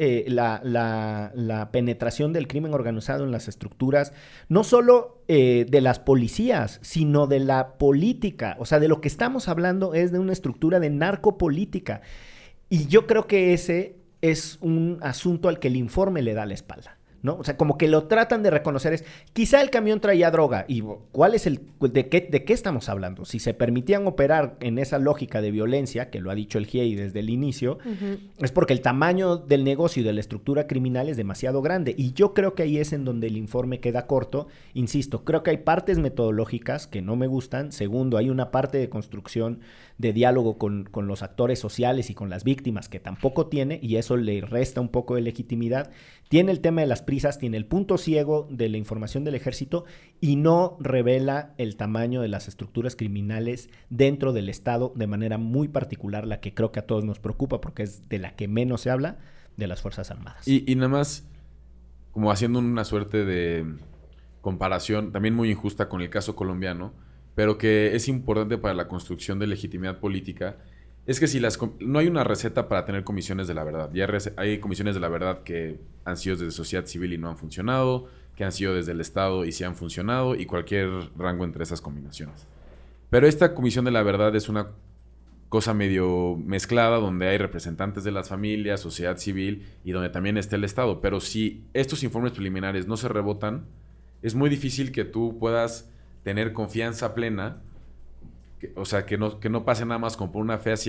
la penetración del crimen organizado en las estructuras? No solo de las policías, sino de la política. O sea, de lo que estamos hablando es de una estructura de narcopolítica. Y yo creo que ese es un asunto al que el informe le da la espalda. ¿no? O sea, como que lo tratan de reconocer. Quizá el camión traía droga. ¿Y cuál es de qué estamos hablando? Si se permitían operar en esa lógica de violencia, que lo ha dicho el GIEI desde el inicio, es porque el tamaño del negocio y de la estructura criminal es demasiado grande. Y yo creo que ahí es en donde el informe queda corto. Insisto, creo que hay partes metodológicas que no me gustan. Segundo, hay una parte de construcción de diálogo con los actores sociales y con las víctimas que tampoco tiene, y eso le resta un poco de legitimidad. Tiene el tema de las prisas, tiene el punto ciego de la información del ejército y no revela el tamaño de las estructuras criminales dentro del Estado, de manera muy particular, la que creo que a todos nos preocupa porque es de la que menos se habla, de las Fuerzas Armadas. Y nada más, como haciendo una suerte de comparación, también muy injusta con el caso colombiano, pero que es importante para la construcción de legitimidad política, es que si no hay una receta para tener comisiones de la verdad. Ya hay comisiones de la verdad que han sido desde sociedad civil y no han funcionado, que han sido desde el Estado y sí han funcionado, y cualquier rango entre esas combinaciones. Pero esta comisión de la verdad es una cosa medio mezclada, donde hay representantes de las familias, sociedad civil, y donde también está el Estado. Pero si estos informes preliminares no se rebotan, es muy difícil que tú puedas tener confianza plena, o sea, que no pase nada más como por una fe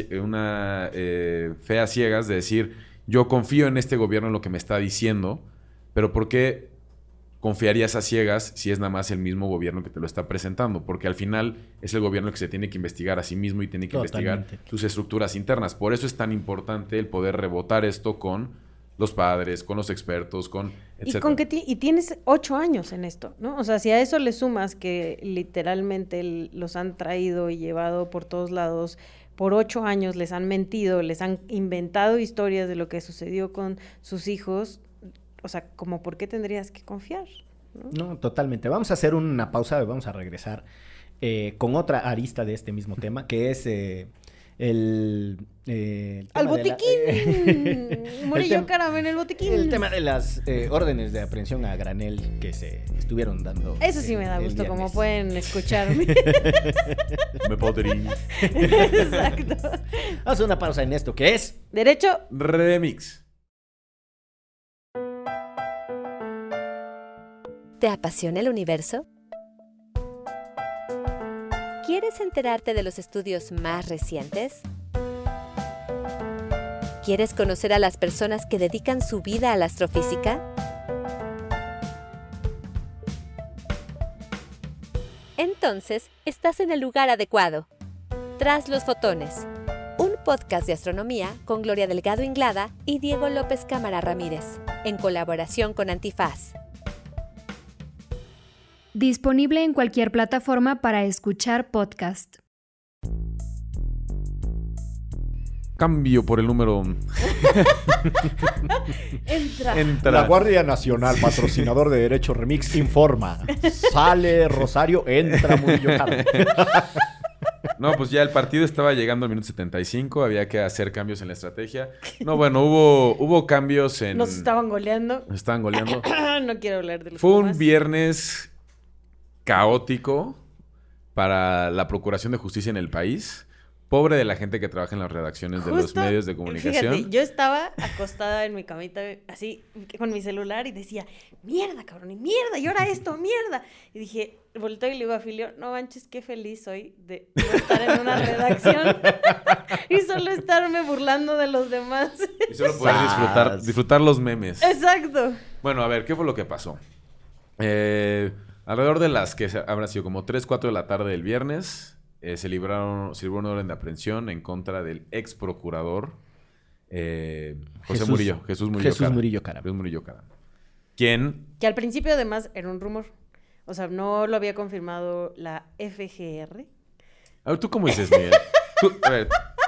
a ciegas de decir, yo confío en este gobierno en lo que me está diciendo, pero ¿por qué confiarías a ciegas si es nada más el mismo gobierno que te lo está presentando? Porque al final es el gobierno que se tiene que investigar a sí mismo y tiene que investigar sus estructuras internas. Por eso es tan importante el poder rebotar esto con los padres, con los expertos, con etcétera. Y tienes 8 años en esto, ¿no? O sea, si a eso le sumas que literalmente los han traído y llevado por todos lados, por 8 años les han mentido, les han inventado historias de lo que sucedió con sus hijos, o sea, como ¿por qué tendrías que confiar? No, totalmente. Vamos a hacer una pausa y vamos a regresar con otra arista de este mismo tema, que es ¡al botiquín! Murillo Karam en el botiquín. El tema de las órdenes de aprehensión a granel que se estuvieron dando. Eso sí me da gusto, como pueden escucharme. Me podrí. Exacto. Vamos a hacer una pausa en esto, que es Derecho Remix. ¿Te apasiona el universo? ¿Quieres enterarte de los estudios más recientes? ¿Quieres conocer a las personas que dedican su vida a la astrofísica? Entonces, estás en el lugar adecuado. Tras los fotones, un podcast de astronomía con Gloria Delgado Inglada y Diego López Cámara Ramírez, en colaboración con Antifaz. Disponible en cualquier plataforma para escuchar podcast. Cambio por el número... Entra. La Guardia Nacional, patrocinador de Derecho Remix, informa. Sale Rosario, entra Murillo Karam. No, pues ya el partido estaba llegando al minuto 75, había que hacer cambios en la estrategia. No, bueno, hubo cambios en... Nos estaban goleando. Nos estaban goleando. No quiero hablar de los Fue Pumas. un viernes caótico para la Procuración de Justicia en el país. Pobre de la gente que trabaja en las redacciones de los medios de comunicación. Fíjate, yo estaba acostada en mi camita, así, con mi celular, y decía, mierda, cabrón, y mierda, y ahora esto, mierda. Y dije, volteo y le digo a Filio, no manches, qué feliz soy de no estar en una redacción y solo estarme burlando de los demás. Y solo poder disfrutar los memes. Exacto. Bueno, a ver, ¿qué fue lo que pasó? Alrededor de las que habrán sido como 3, 4 de la tarde del viernes, se libró una orden de aprehensión en contra del ex procurador Jesús Murillo Karam. ¿Quién? Que al principio además era un rumor. O sea, no lo había confirmado la FGR. A ver, ¿tú cómo dices, Miguel? A ver.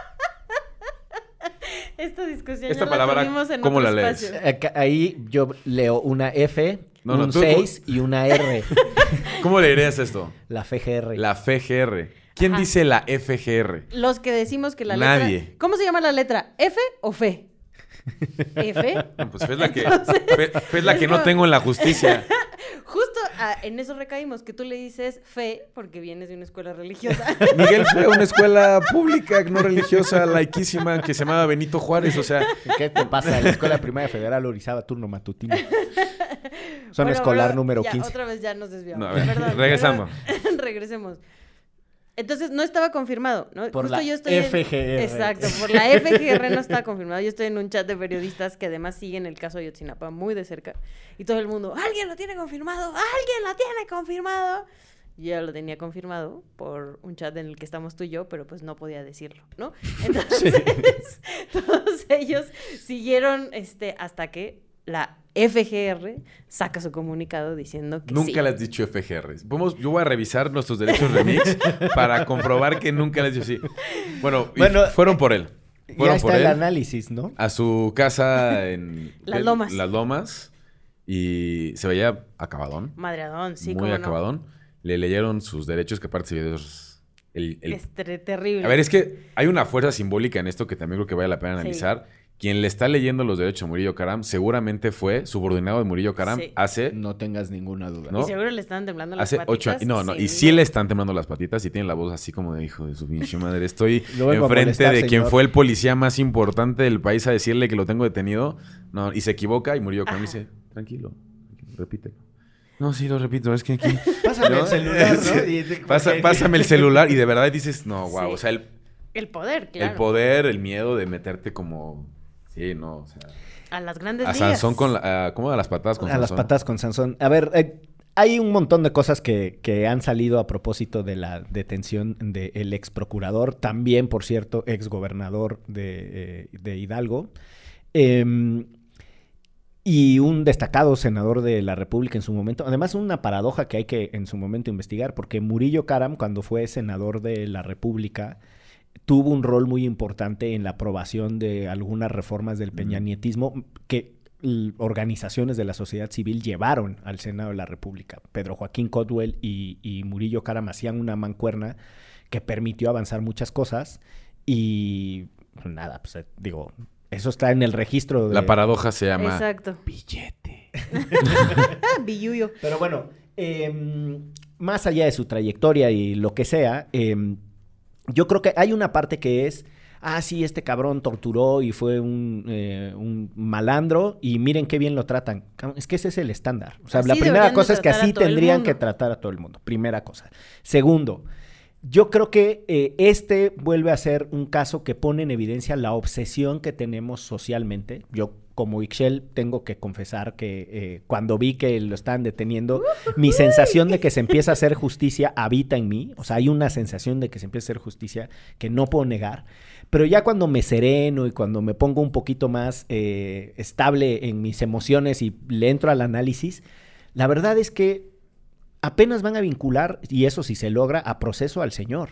Esta discusión Esta ya palabra, la tuvimos en ¿cómo otro la lees? espacio. Ahí yo leo una F, un 6 y una R. ¿Cómo leerías esto? La FGR. La FGR. ¿Quién dice la FGR? Los que decimos que la Nadie. letra... ¿Cómo se llama la letra? ¿F o F? ¿F? No, pues Fe es la que no tengo en la justicia. Justo en eso recaímos, que tú le dices fe porque vienes de una escuela religiosa. Miguel fue a una escuela pública, no religiosa, laiquísima, que se llamaba Benito Juárez, o sea... ¿Qué te pasa? La Escuela Primaria Federal Orizaba, turno matutino. Zona escolar pero número ya, 15. Otra vez ya nos desviamos. No, a ver, Perdón, regresando. Regresemos. Entonces, no estaba confirmado, ¿no? Por Justo la yo estoy FGR. Exacto, por la FGR no estaba confirmado. Yo estoy en un chat de periodistas que además siguen el caso Ayotzinapa muy de cerca. Y todo el mundo, ¿alguien lo tiene confirmado? ¿Alguien lo tiene confirmado? Yo ya lo tenía confirmado por un chat en el que estamos tú y yo, pero pues no podía decirlo, ¿no? Entonces, todos ellos siguieron hasta que la FGR saca su comunicado diciendo que Nunca sí. le has dicho FGR. Yo voy a revisar nuestros derechos remix para comprobar que nunca le has dicho sí. Bueno, fueron por él. Fueron Ya por está el él análisis, ¿no? a su casa en Las Lomas. Las Lomas y se veía acabadón. Madreadón, sí, muy cómo no. acabadón. Le leyeron sus derechos, que aparte se vio Terrible. A ver, es que hay una fuerza simbólica en esto que también creo que vale la pena analizar. Quien le está leyendo los derechos a Murillo Karam seguramente fue subordinado de Murillo Karam hace... No tengas ninguna duda. ¿no? Y seguro le están temblando las Hace patitas. 8 años. No, no. Sí. Y sí le están temblando las patitas y tiene la voz así como de hijo de su pinche madre. Estoy Lo vuelvo a enfrente molestar, de quien señor. fue el policía más importante del país a decirle que lo tengo detenido. No, y se equivoca y Murillo Karam dice, tranquilo, repítelo. No, sí, lo repito, es que aquí... Pásame el celular, ¿no? Y- Pásame el celular y de verdad dices, no, wow, Sí. o sea, El poder, claro. el poder, el miedo de meterte como... Sí, no, o sea... A las grandes A ligas. Sansón ¿cómo a las patadas con A Sansón? las patadas con Sansón. A ver, hay un montón de cosas que han salido a propósito de la detención del ex procurador, también, por cierto, ex gobernador de Hidalgo, y un destacado senador de la República en su momento. Además, una paradoja que hay que en su momento investigar, porque Murillo Karam, cuando fue senador de la República, tuvo un rol muy importante en la aprobación de algunas reformas del peñanietismo que organizaciones de la sociedad civil llevaron al Senado de la República. Pedro Joaquín Codwell y Murillo Karam hacían una mancuerna que permitió avanzar muchas cosas y nada, pues digo, eso está en el registro de... La paradoja se llama... Exacto. Billete. Billuyo. Pero bueno, más allá de su trayectoria y lo que sea, yo creo que hay una parte que es, sí, este cabrón torturó y fue un malandro y miren qué bien lo tratan. Es que ese es el estándar. O sea, Así la primera deberían de cosa es que tratar a así todo el tendrían mundo. que tratar a todo el mundo. Primera cosa. Segundo, yo creo que vuelve a ser un caso que pone en evidencia la obsesión que tenemos socialmente. Yo, como Ixchel, tengo que confesar que cuando vi que lo estaban deteniendo, mi sensación de que se empieza a hacer justicia habita en mí. O sea, hay una sensación de que se empieza a hacer justicia que no puedo negar. Pero ya cuando me sereno y cuando me pongo un poquito más estable en mis emociones y le entro al análisis, la verdad es que apenas van a vincular, y eso sí se logra, a proceso al señor.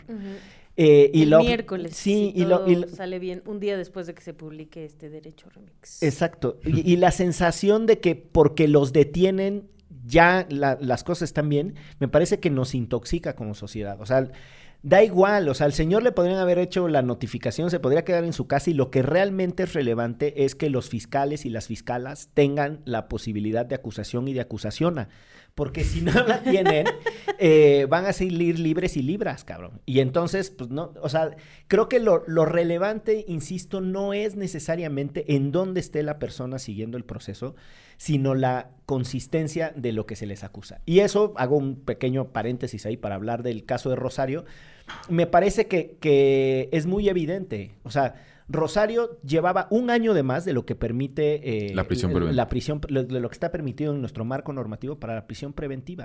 Y el miércoles, sí, si y todo lo sale bien, un día después de que se publique este Derecho Remix. exacto. Y la sensación de que porque los detienen ya las cosas están bien, me parece que nos intoxica como sociedad. O sea, da igual, o sea, al señor le podrían haber hecho la notificación, se podría quedar en su casa y lo que realmente es relevante es que los fiscales y las fiscalas tengan la posibilidad de acusación y de acusación. Porque si no la tienen, van a salir libres y libras, cabrón. Y entonces, pues no, o sea, creo que lo relevante, insisto, no es necesariamente en dónde esté la persona siguiendo el proceso, sino la consistencia de lo que se les acusa. Y eso, hago un pequeño paréntesis ahí para hablar del caso de Rosario, me parece que es muy evidente. O sea, Rosario llevaba un año de más de lo que permite La prisión preventiva. de lo que está permitido en nuestro marco normativo para la prisión preventiva.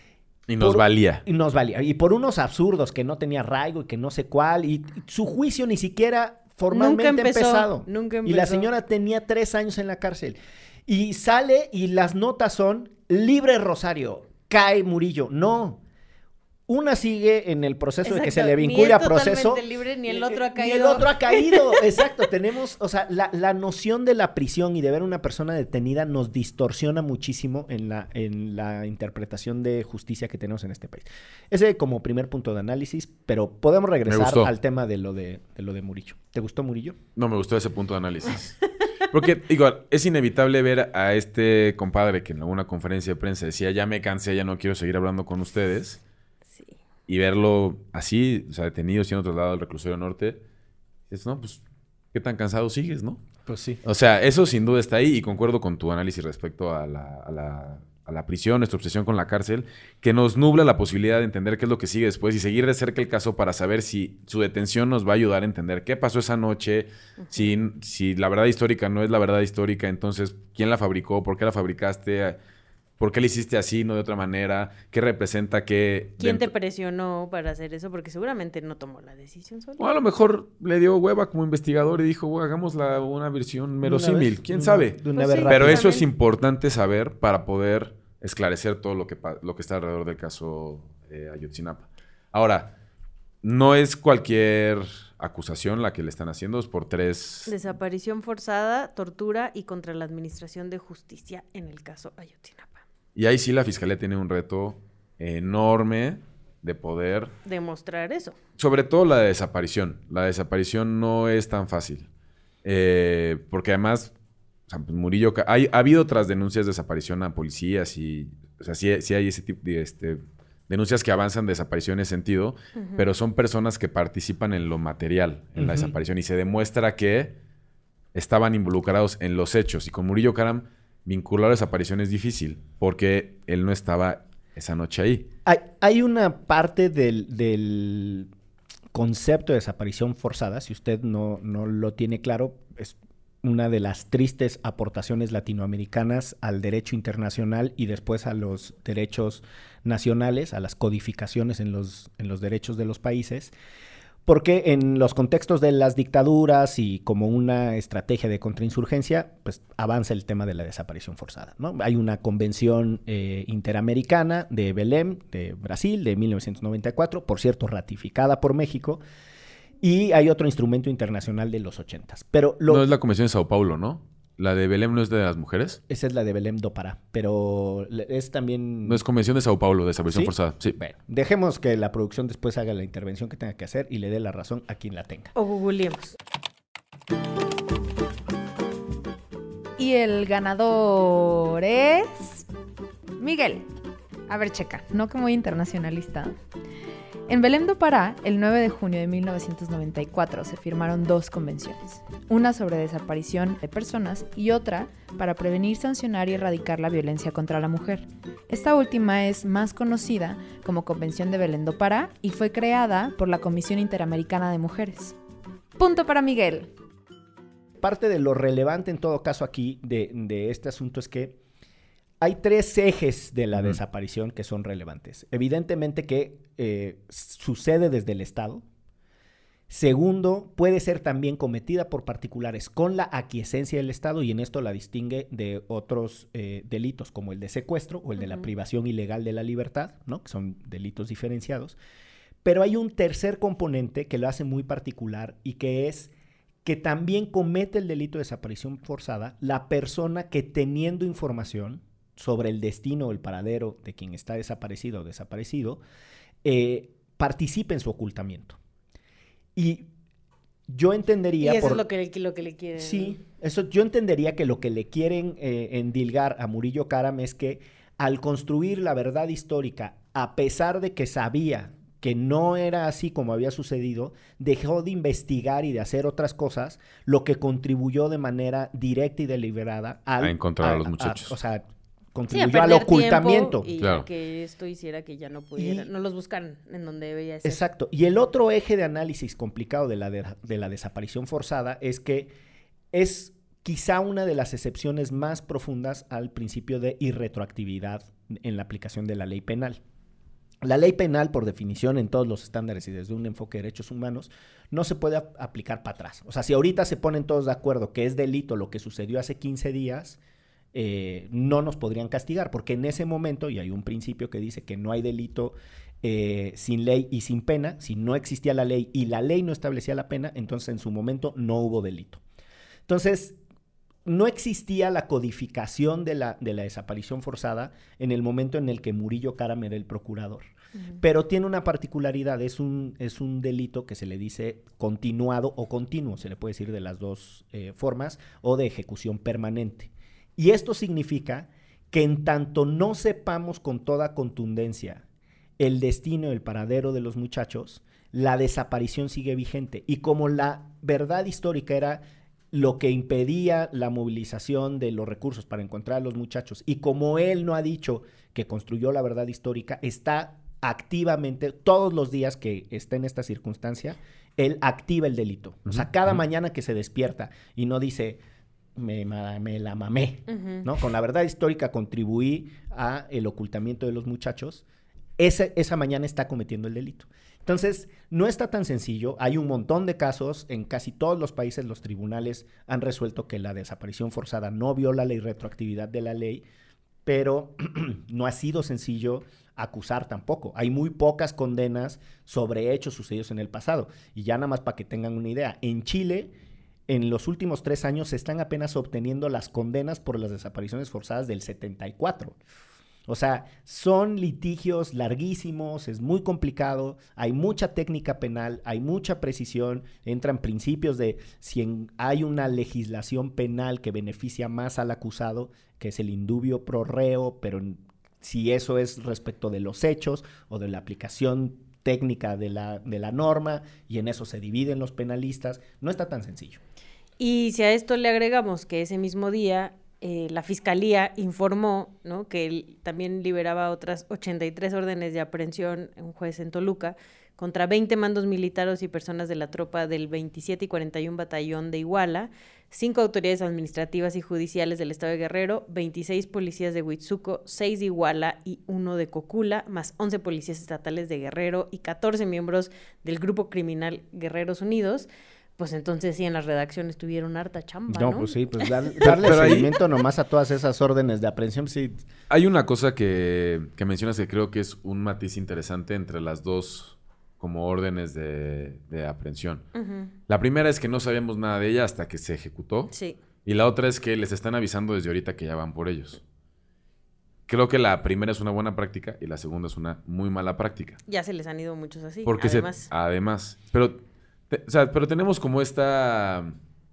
Y nos valía. Y nos valía. Y por unos absurdos que no tenía arraigo y que no sé cuál. Y su juicio ni siquiera formalmente Nunca empezó, empezado. nunca Y la empezó. señora tenía 3 años en la cárcel. Y sale y las notas son libre Rosario, cae Murillo. No. Una sigue en el proceso de que se Exacto, le ni vincule es a proceso. totalmente libre, ni el otro ha Ni caído. el otro ha caído, exacto. Tenemos, o sea, la noción de la prisión y de ver a una persona detenida nos distorsiona muchísimo en la interpretación de justicia que tenemos en este país. Ese como primer punto de análisis, pero podemos regresar al tema de lo de Murillo. ¿Te gustó Murillo? No me gustó ese punto de análisis. Porque, igual, es inevitable ver a este compadre que en alguna conferencia de prensa decía, ya me cansé, ya no quiero seguir hablando con ustedes. Sí. Y verlo así, o sea, detenido, siendo trasladado al reclusorio norte, es, no, pues, ¿qué tan cansado sigues, no? Pues sí. O sea, eso sin duda está ahí y concuerdo con tu análisis respecto a la prisión, nuestra obsesión con la cárcel, que nos nubla la posibilidad de entender qué es lo que sigue después y seguir de cerca el caso para saber si su detención nos va a ayudar a entender qué pasó esa noche, si la verdad histórica no es la verdad histórica, entonces quién la fabricó, por qué la fabricaste, por qué la hiciste así, no de otra manera, qué representa, qué... ¿Quién te presionó para hacer eso? Porque seguramente no tomó la decisión solo. O a lo mejor le dio hueva como investigador y dijo, hagamos una versión verosímil, quién sabe. Pero eso es importante saber para poder esclarecer todo lo que está alrededor del caso Ayotzinapa. Ahora, no es cualquier acusación la que le están haciendo, es por 3... Desaparición forzada, tortura y contra la administración de justicia en el caso Ayotzinapa. Y ahí sí la fiscalía tiene un reto enorme de poder... demostrar eso. Sobre todo la de desaparición. La desaparición no es tan fácil. Porque además, o sea, pues Murillo... Ha habido otras denuncias de desaparición a policías y... O sea, sí hay ese tipo de denuncias que avanzan de desaparición en ese sentido, pero son personas que participan en lo material, en la desaparición, y se demuestra que estaban involucrados en los hechos. Y con Murillo Karam, vincular la desaparición es difícil, porque él no estaba esa noche ahí. Hay una parte del concepto de desaparición forzada, si usted no lo tiene claro, es una de las tristes aportaciones latinoamericanas al derecho internacional y después a los derechos nacionales, a las codificaciones en los derechos de los países, porque en los contextos de las dictaduras y como una estrategia de contrainsurgencia, pues avanza el tema de la desaparición forzada, ¿no? Hay una convención interamericana de Belém, de Brasil, de 1994, por cierto, ratificada por México, y hay otro instrumento internacional de los 80s. Pero no es la Convención de Sao Paulo, ¿no? ¿La de Belém no es de las mujeres? Esa es la de Belém do Pará, pero es también... No es Convención de Sao Paulo, de desaparición forzada. Sí. Bueno, dejemos que la producción después haga la intervención que tenga que hacer y le dé la razón a quien la tenga. O googleemos. Y el ganador es... Miguel. A ver, checa, no que muy internacionalista. En Belém do Pará, el 9 de junio de 1994, se firmaron 2 convenciones. Una sobre desaparición de personas y otra para prevenir, sancionar y erradicar la violencia contra la mujer. Esta última es más conocida como Convención de Belém do Pará y fue creada por la Comisión Interamericana de Mujeres. Punto para Miguel. Parte de lo relevante en todo caso aquí de este asunto es que hay 3 ejes de la desaparición que son relevantes. Evidentemente que sucede desde el Estado. Segundo, puede ser también cometida por particulares con la aquiescencia del Estado, y en esto la distingue de otros delitos como el de secuestro o el de la privación ilegal de la libertad, ¿no? Que son delitos diferenciados. Pero hay un tercer componente que lo hace muy particular y que es que también comete el delito de desaparición forzada la persona que, teniendo información sobre el destino o el paradero de quien está desaparecido o desaparecido, participe en su ocultamiento. Y yo entendería... Y eso es lo que le quieren... Sí, eso yo entendería que lo que le quieren endilgar a Murillo Karam es que al construir la verdad histórica, a pesar de que sabía que no era así como había sucedido, dejó de investigar y de hacer otras cosas, lo que contribuyó de manera directa y deliberada a encontrar a los muchachos. O sea, contribuyó al ocultamiento. Y a que esto hiciera que ya no pudieran, no los buscaran en donde debía ser. Exacto. Y el otro eje de análisis complicado de la desaparición forzada es que es quizá una de las excepciones más profundas al principio de irretroactividad en la aplicación de la ley penal. La ley penal, por definición, en todos los estándares y desde un enfoque de derechos humanos, no se puede aplicar para atrás. O sea, si ahorita se ponen todos de acuerdo que es delito lo que sucedió hace 15 días... no nos podrían castigar, porque en ese momento, y hay un principio que dice que no hay delito sin ley y sin pena. Si no existía la ley y la ley no establecía la pena, entonces en su momento no hubo delito. Entonces, no existía la codificación de la desaparición forzada en el momento en el que Murillo Karam era el procurador. Pero tiene una particularidad, es un delito que se le dice continuado o continuo, se le puede decir de las dos formas, o de ejecución permanente. Y esto significa que en tanto no sepamos con toda contundencia el destino, el paradero de los muchachos, la desaparición sigue vigente. Y como la verdad histórica era lo que impedía la movilización de los recursos para encontrar a los muchachos, y como él no ha dicho que construyó la verdad histórica, está activamente, todos los días que está en esta circunstancia, él activa el delito. O sea, cada mañana que se despierta y no dice, me la mamé, ¿no? Con la verdad histórica contribuí a el ocultamiento de los muchachos, esa mañana está cometiendo el delito. Entonces, no está tan sencillo. Hay un montón de casos. En casi todos los países los tribunales han resuelto que la desaparición forzada no viola la irretroactividad de la ley, pero no ha sido sencillo acusar tampoco. Hay muy pocas condenas sobre hechos sucedidos en el pasado. Y ya nada más para que tengan una idea, en Chile, en los últimos 3 años se están apenas obteniendo las condenas por las desapariciones forzadas del 74. O sea, son litigios larguísimos, es muy complicado, hay mucha técnica penal, hay mucha precisión, entran principios de si hay una legislación penal que beneficia más al acusado, que es el indubio pro reo, pero si eso es respecto de los hechos o de la aplicación técnica de la norma, y en eso se dividen los penalistas, no está tan sencillo. Y si a esto le agregamos que ese mismo día la Fiscalía informó, ¿no?, que él también liberaba otras 83 órdenes de aprehensión, un juez en Toluca, contra 20 mandos militares y personas de la tropa del 27 y 41 Batallón de Iguala, 5 autoridades administrativas y judiciales del estado de Guerrero, 26 policías de Huitzuco, 6 de Iguala y 1 de Cocula, más 11 policías estatales de Guerrero y 14 miembros del grupo criminal Guerreros Unidos. Pues entonces sí, en las redacciones tuvieron harta chamba, ¿no? No, pues sí, pues darle seguimiento nomás a todas esas órdenes de aprehensión, sí. Hay una cosa que mencionas que creo que es un matiz interesante entre las dos como órdenes de aprehensión. La primera es que no sabíamos nada de ella hasta que se ejecutó. Sí. Y la otra es que les están avisando desde ahorita que ya van por ellos. Creo que la primera es una buena práctica y la segunda es una muy mala práctica. Ya se les han ido muchos así, Porque además. Pero tenemos como esta,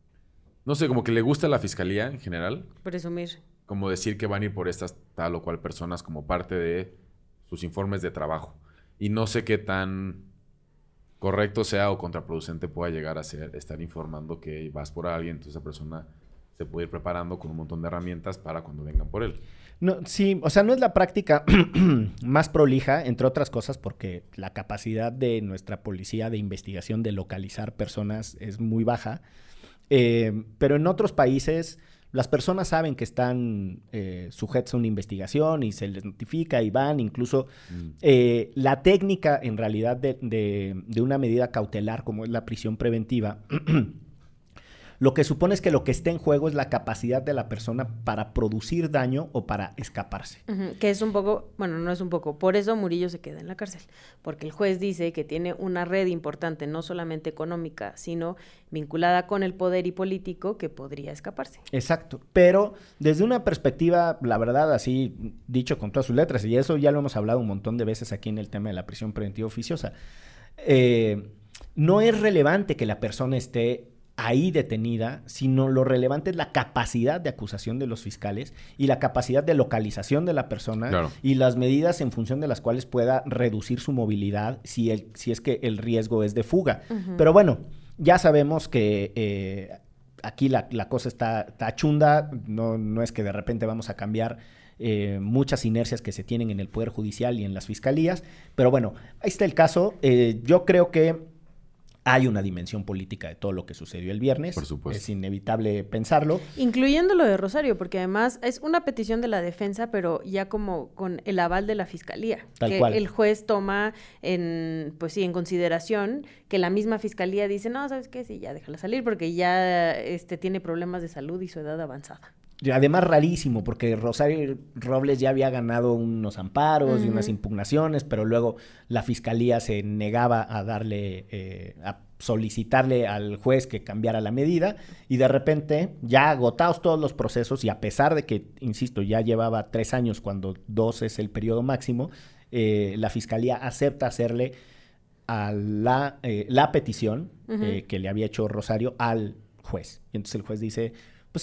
no sé, como que le gusta a la fiscalía en general. Presumir. Como decir que van a ir por estas tal o cual personas como parte de sus informes de trabajo. Y no sé qué tan correcto sea o contraproducente pueda llegar a ser estar informando que vas por alguien, entonces esa persona se puede ir preparando con un montón de herramientas para cuando vengan por él. No, sí, o sea, no es la práctica más prolija, entre otras cosas, porque la capacidad de nuestra policía de investigación de localizar personas es muy baja, pero en otros países las personas saben que están sujetas a una investigación y se les notifica y van, incluso la técnica en realidad de una medida cautelar como es la prisión preventiva lo que supone es que lo que está en juego es la capacidad de la persona para producir daño o para escaparse. Que es un poco, bueno, no es un poco, por eso Murillo se queda en la cárcel, porque el juez dice que tiene una red importante, no solamente económica, sino vinculada con el poder y político, que podría escaparse. Exacto, pero desde una perspectiva, la verdad, así dicho con todas sus letras, y eso ya lo hemos hablado un montón de veces aquí en el tema de la prisión preventiva oficiosa, no es relevante que la persona esté ahí detenida, sino lo relevante es la capacidad de acusación de los fiscales y la capacidad de localización de la persona, claro, y las medidas en función de las cuales pueda reducir su movilidad si es que el riesgo es de fuga. Pero bueno, ya sabemos que aquí la cosa está chunda, no es que de repente vamos a cambiar muchas inercias que se tienen en el Poder Judicial y en las fiscalías, pero bueno, ahí está el caso. Yo creo que hay una dimensión política de todo lo que sucedió el viernes. Por supuesto. Es inevitable pensarlo. Incluyendo lo de Rosario, porque además es una petición de la defensa, pero ya como con el aval de la fiscalía. Tal cual. El juez toma en consideración que la misma fiscalía dice, no, ¿sabes qué? Sí, ya déjala salir porque ya tiene problemas de salud y su edad avanzada. Además, rarísimo, porque Rosario Robles ya había ganado unos amparos y unas impugnaciones, pero luego la fiscalía se negaba a a solicitarle al juez que cambiara la medida, y de repente, ya agotados todos los procesos, y a pesar de que, insisto, ya llevaba 3 años cuando 2 es el periodo máximo, la fiscalía acepta hacerle a la petición que le había hecho Rosario al juez. Y entonces el juez dice, pues sí,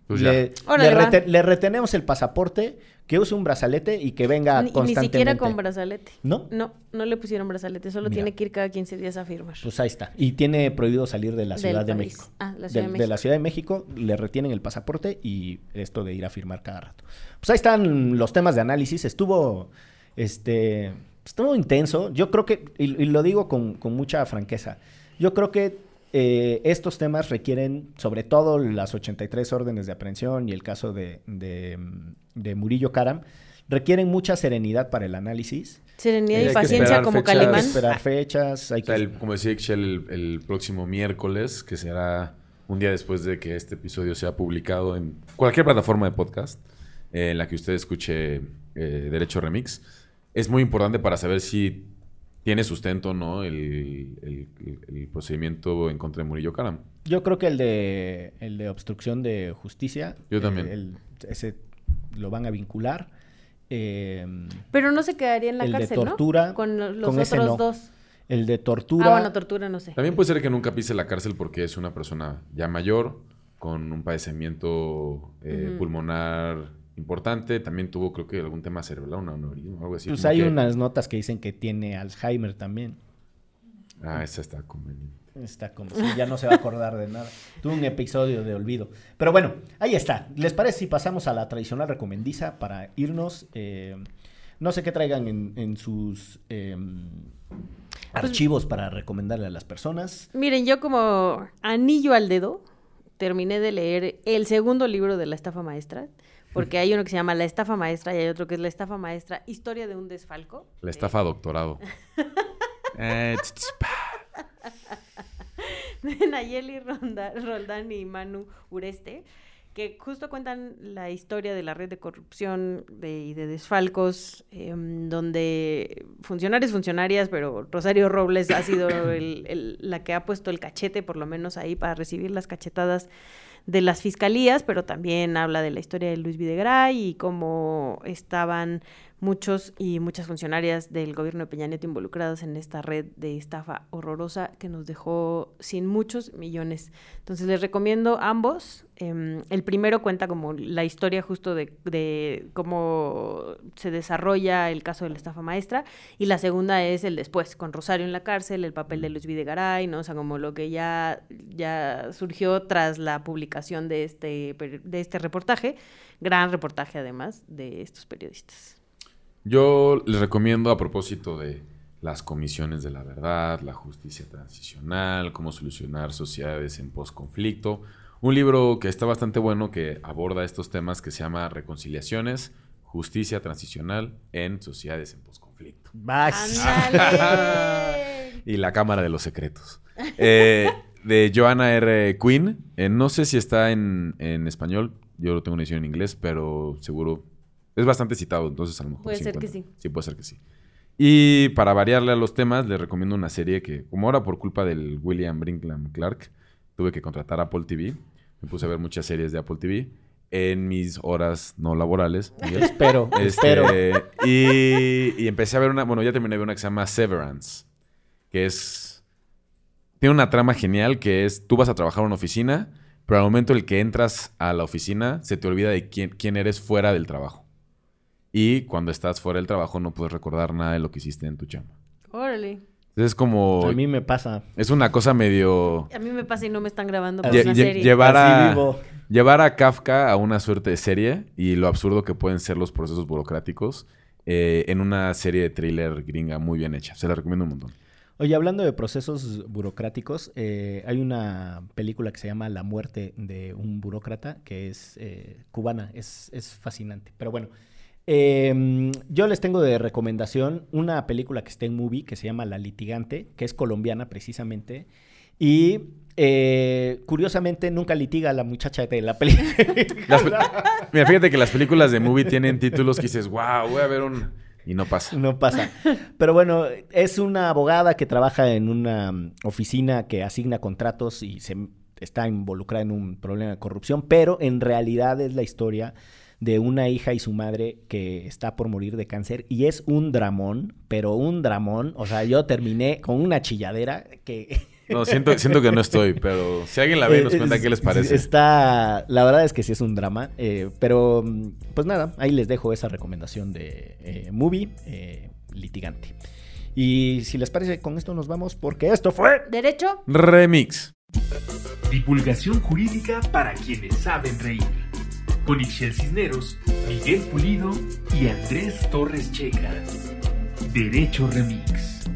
Pues ya. Le retenemos el pasaporte, que use un brazalete y que venga constantemente. Ni siquiera con brazalete. ¿No? No le pusieron brazalete, solo tiene que ir cada 15 días a firmar. Pues ahí está. Y tiene prohibido salir de la Ciudad de México. La Ciudad de México. De la Ciudad de México le retienen el pasaporte y esto de ir a firmar cada rato. Pues ahí están los temas de análisis. Estuvo intenso. Yo creo que, y lo digo con mucha franqueza, yo creo que estos temas requieren, sobre todo las 83 órdenes de aprehensión y el caso de Murillo Karam, requieren mucha serenidad para el análisis. Serenidad y paciencia como Calimán. Hay que esperar fechas. Como decía Ixchel, el próximo miércoles, que será un día después de que este episodio sea publicado en cualquier plataforma de podcast en la que usted escuche Derecho Remix, es muy importante para saber si tiene sustento o no el procedimiento en contra de Murillo Karam. Yo creo que el de obstrucción de justicia. Yo también. Ese lo van a vincular. Pero no se quedaría en la cárcel, ¿no? El de tortura. ¿No? Con los otros dos. El de tortura. Tortura no sé. También puede ser que nunca pise la cárcel porque es una persona ya mayor, con un padecimiento pulmonar importante. También tuvo, creo que, algún tema cerebral, un aneurisma, algo así. Pues hay unas notas que dicen que tiene Alzheimer también. Esa está conveniente. Está como si ya no se va a acordar de nada. Tuvo un episodio de olvido. Pero bueno, ahí está. ¿Les parece si pasamos a la tradicional recomendiza para irnos? No sé qué traigan en sus archivos para recomendarle a las personas. Miren, yo como anillo al dedo terminé de leer el segundo libro de La Estafa Maestra, porque hay uno que se llama La Estafa Maestra y hay otro que es La Estafa Maestra, Historia de un desfalco. La estafa doctorado. De Nayeli Roldán y Manu Ureste, que justo cuentan la historia de la red de corrupción y de desfalcos, donde funcionarias, pero Rosario Robles ha sido la que ha puesto el cachete, por lo menos ahí, para recibir las cachetadas de las fiscalías, pero también habla de la historia de Luis Videgaray y cómo estaban muchos y muchas funcionarias del gobierno de Peña Nieto involucradas en esta red de estafa horrorosa que nos dejó sin muchos millones. Entonces les recomiendo ambos. El primero cuenta como la historia justo de cómo se desarrolla el caso de la estafa maestra, y la segunda es el después, con Rosario en la cárcel, el papel de Luis Videgaray, ¿no? O sea, como lo que ya surgió tras la publicación de este reportaje, gran reportaje además de estos periodistas. Yo les recomiendo, a propósito de las comisiones de la verdad, la justicia transicional, cómo solucionar sociedades en posconflicto, un libro que está bastante bueno que aborda estos temas, que se llama Reconciliaciones, Justicia Transicional en Sociedades en Posconflicto. ¡Ándale! Y la Cámara de los Secretos. De Joanna R. Quinn. No sé si está en español. Yo lo tengo una edición en inglés, pero seguro es bastante citado, entonces a lo mejor puede ser que sí. Sí, puede ser que sí. Y para variarle a los temas, les recomiendo una serie que, como ahora por culpa del William Brinkman Clark, tuve que contratar Apple TV. Me puse a ver muchas series de Apple TV en mis horas no laborales. Espero. Y empecé a ver ya terminé de ver una que se llama Severance, que tiene una trama genial, que es, tú vas a trabajar en una oficina, pero al momento en el que entras a la oficina, se te olvida de quién eres fuera del trabajo. Y cuando estás fuera del trabajo no puedes recordar nada de lo que hiciste en tu chamba. Órale. Entonces es como... A mí me pasa. Es una cosa medio... A mí me pasa y no me están grabando por una serie. Llevar a Kafka a una suerte de serie y lo absurdo que pueden ser los procesos burocráticos en una serie de thriller gringa muy bien hecha. Se la recomiendo un montón. Oye, hablando de procesos burocráticos, hay una película que se llama La muerte de un burócrata, que es cubana. Es fascinante. Pero bueno... yo les tengo de recomendación una película que está en Movie que se llama La Litigante, que es colombiana precisamente, y curiosamente nunca litiga la muchacha de la película. Mira, fíjate que las películas de Movie tienen títulos que dices, wow, voy a ver y no pasa. No pasa. Pero bueno, es una abogada que trabaja en una oficina que asigna contratos y está involucrada en un problema de corrupción, pero en realidad es la historia de una hija y su madre que está por morir de cáncer, y es un dramón, pero un dramón. O sea, yo terminé con una chilladera que No, siento que no estoy, pero si alguien la ve, nos cuenta qué les parece. La verdad es que sí es un drama, pero pues nada, ahí les dejo esa recomendación de Movie, Litigante. Y si les parece, con esto nos vamos porque esto fue... ¿Derecho? Remix. Divulgación jurídica para quienes saben reír. Con Ixchel Cisneros, Miguel Pulido y Andrés Torres Checa. Derecho Remix.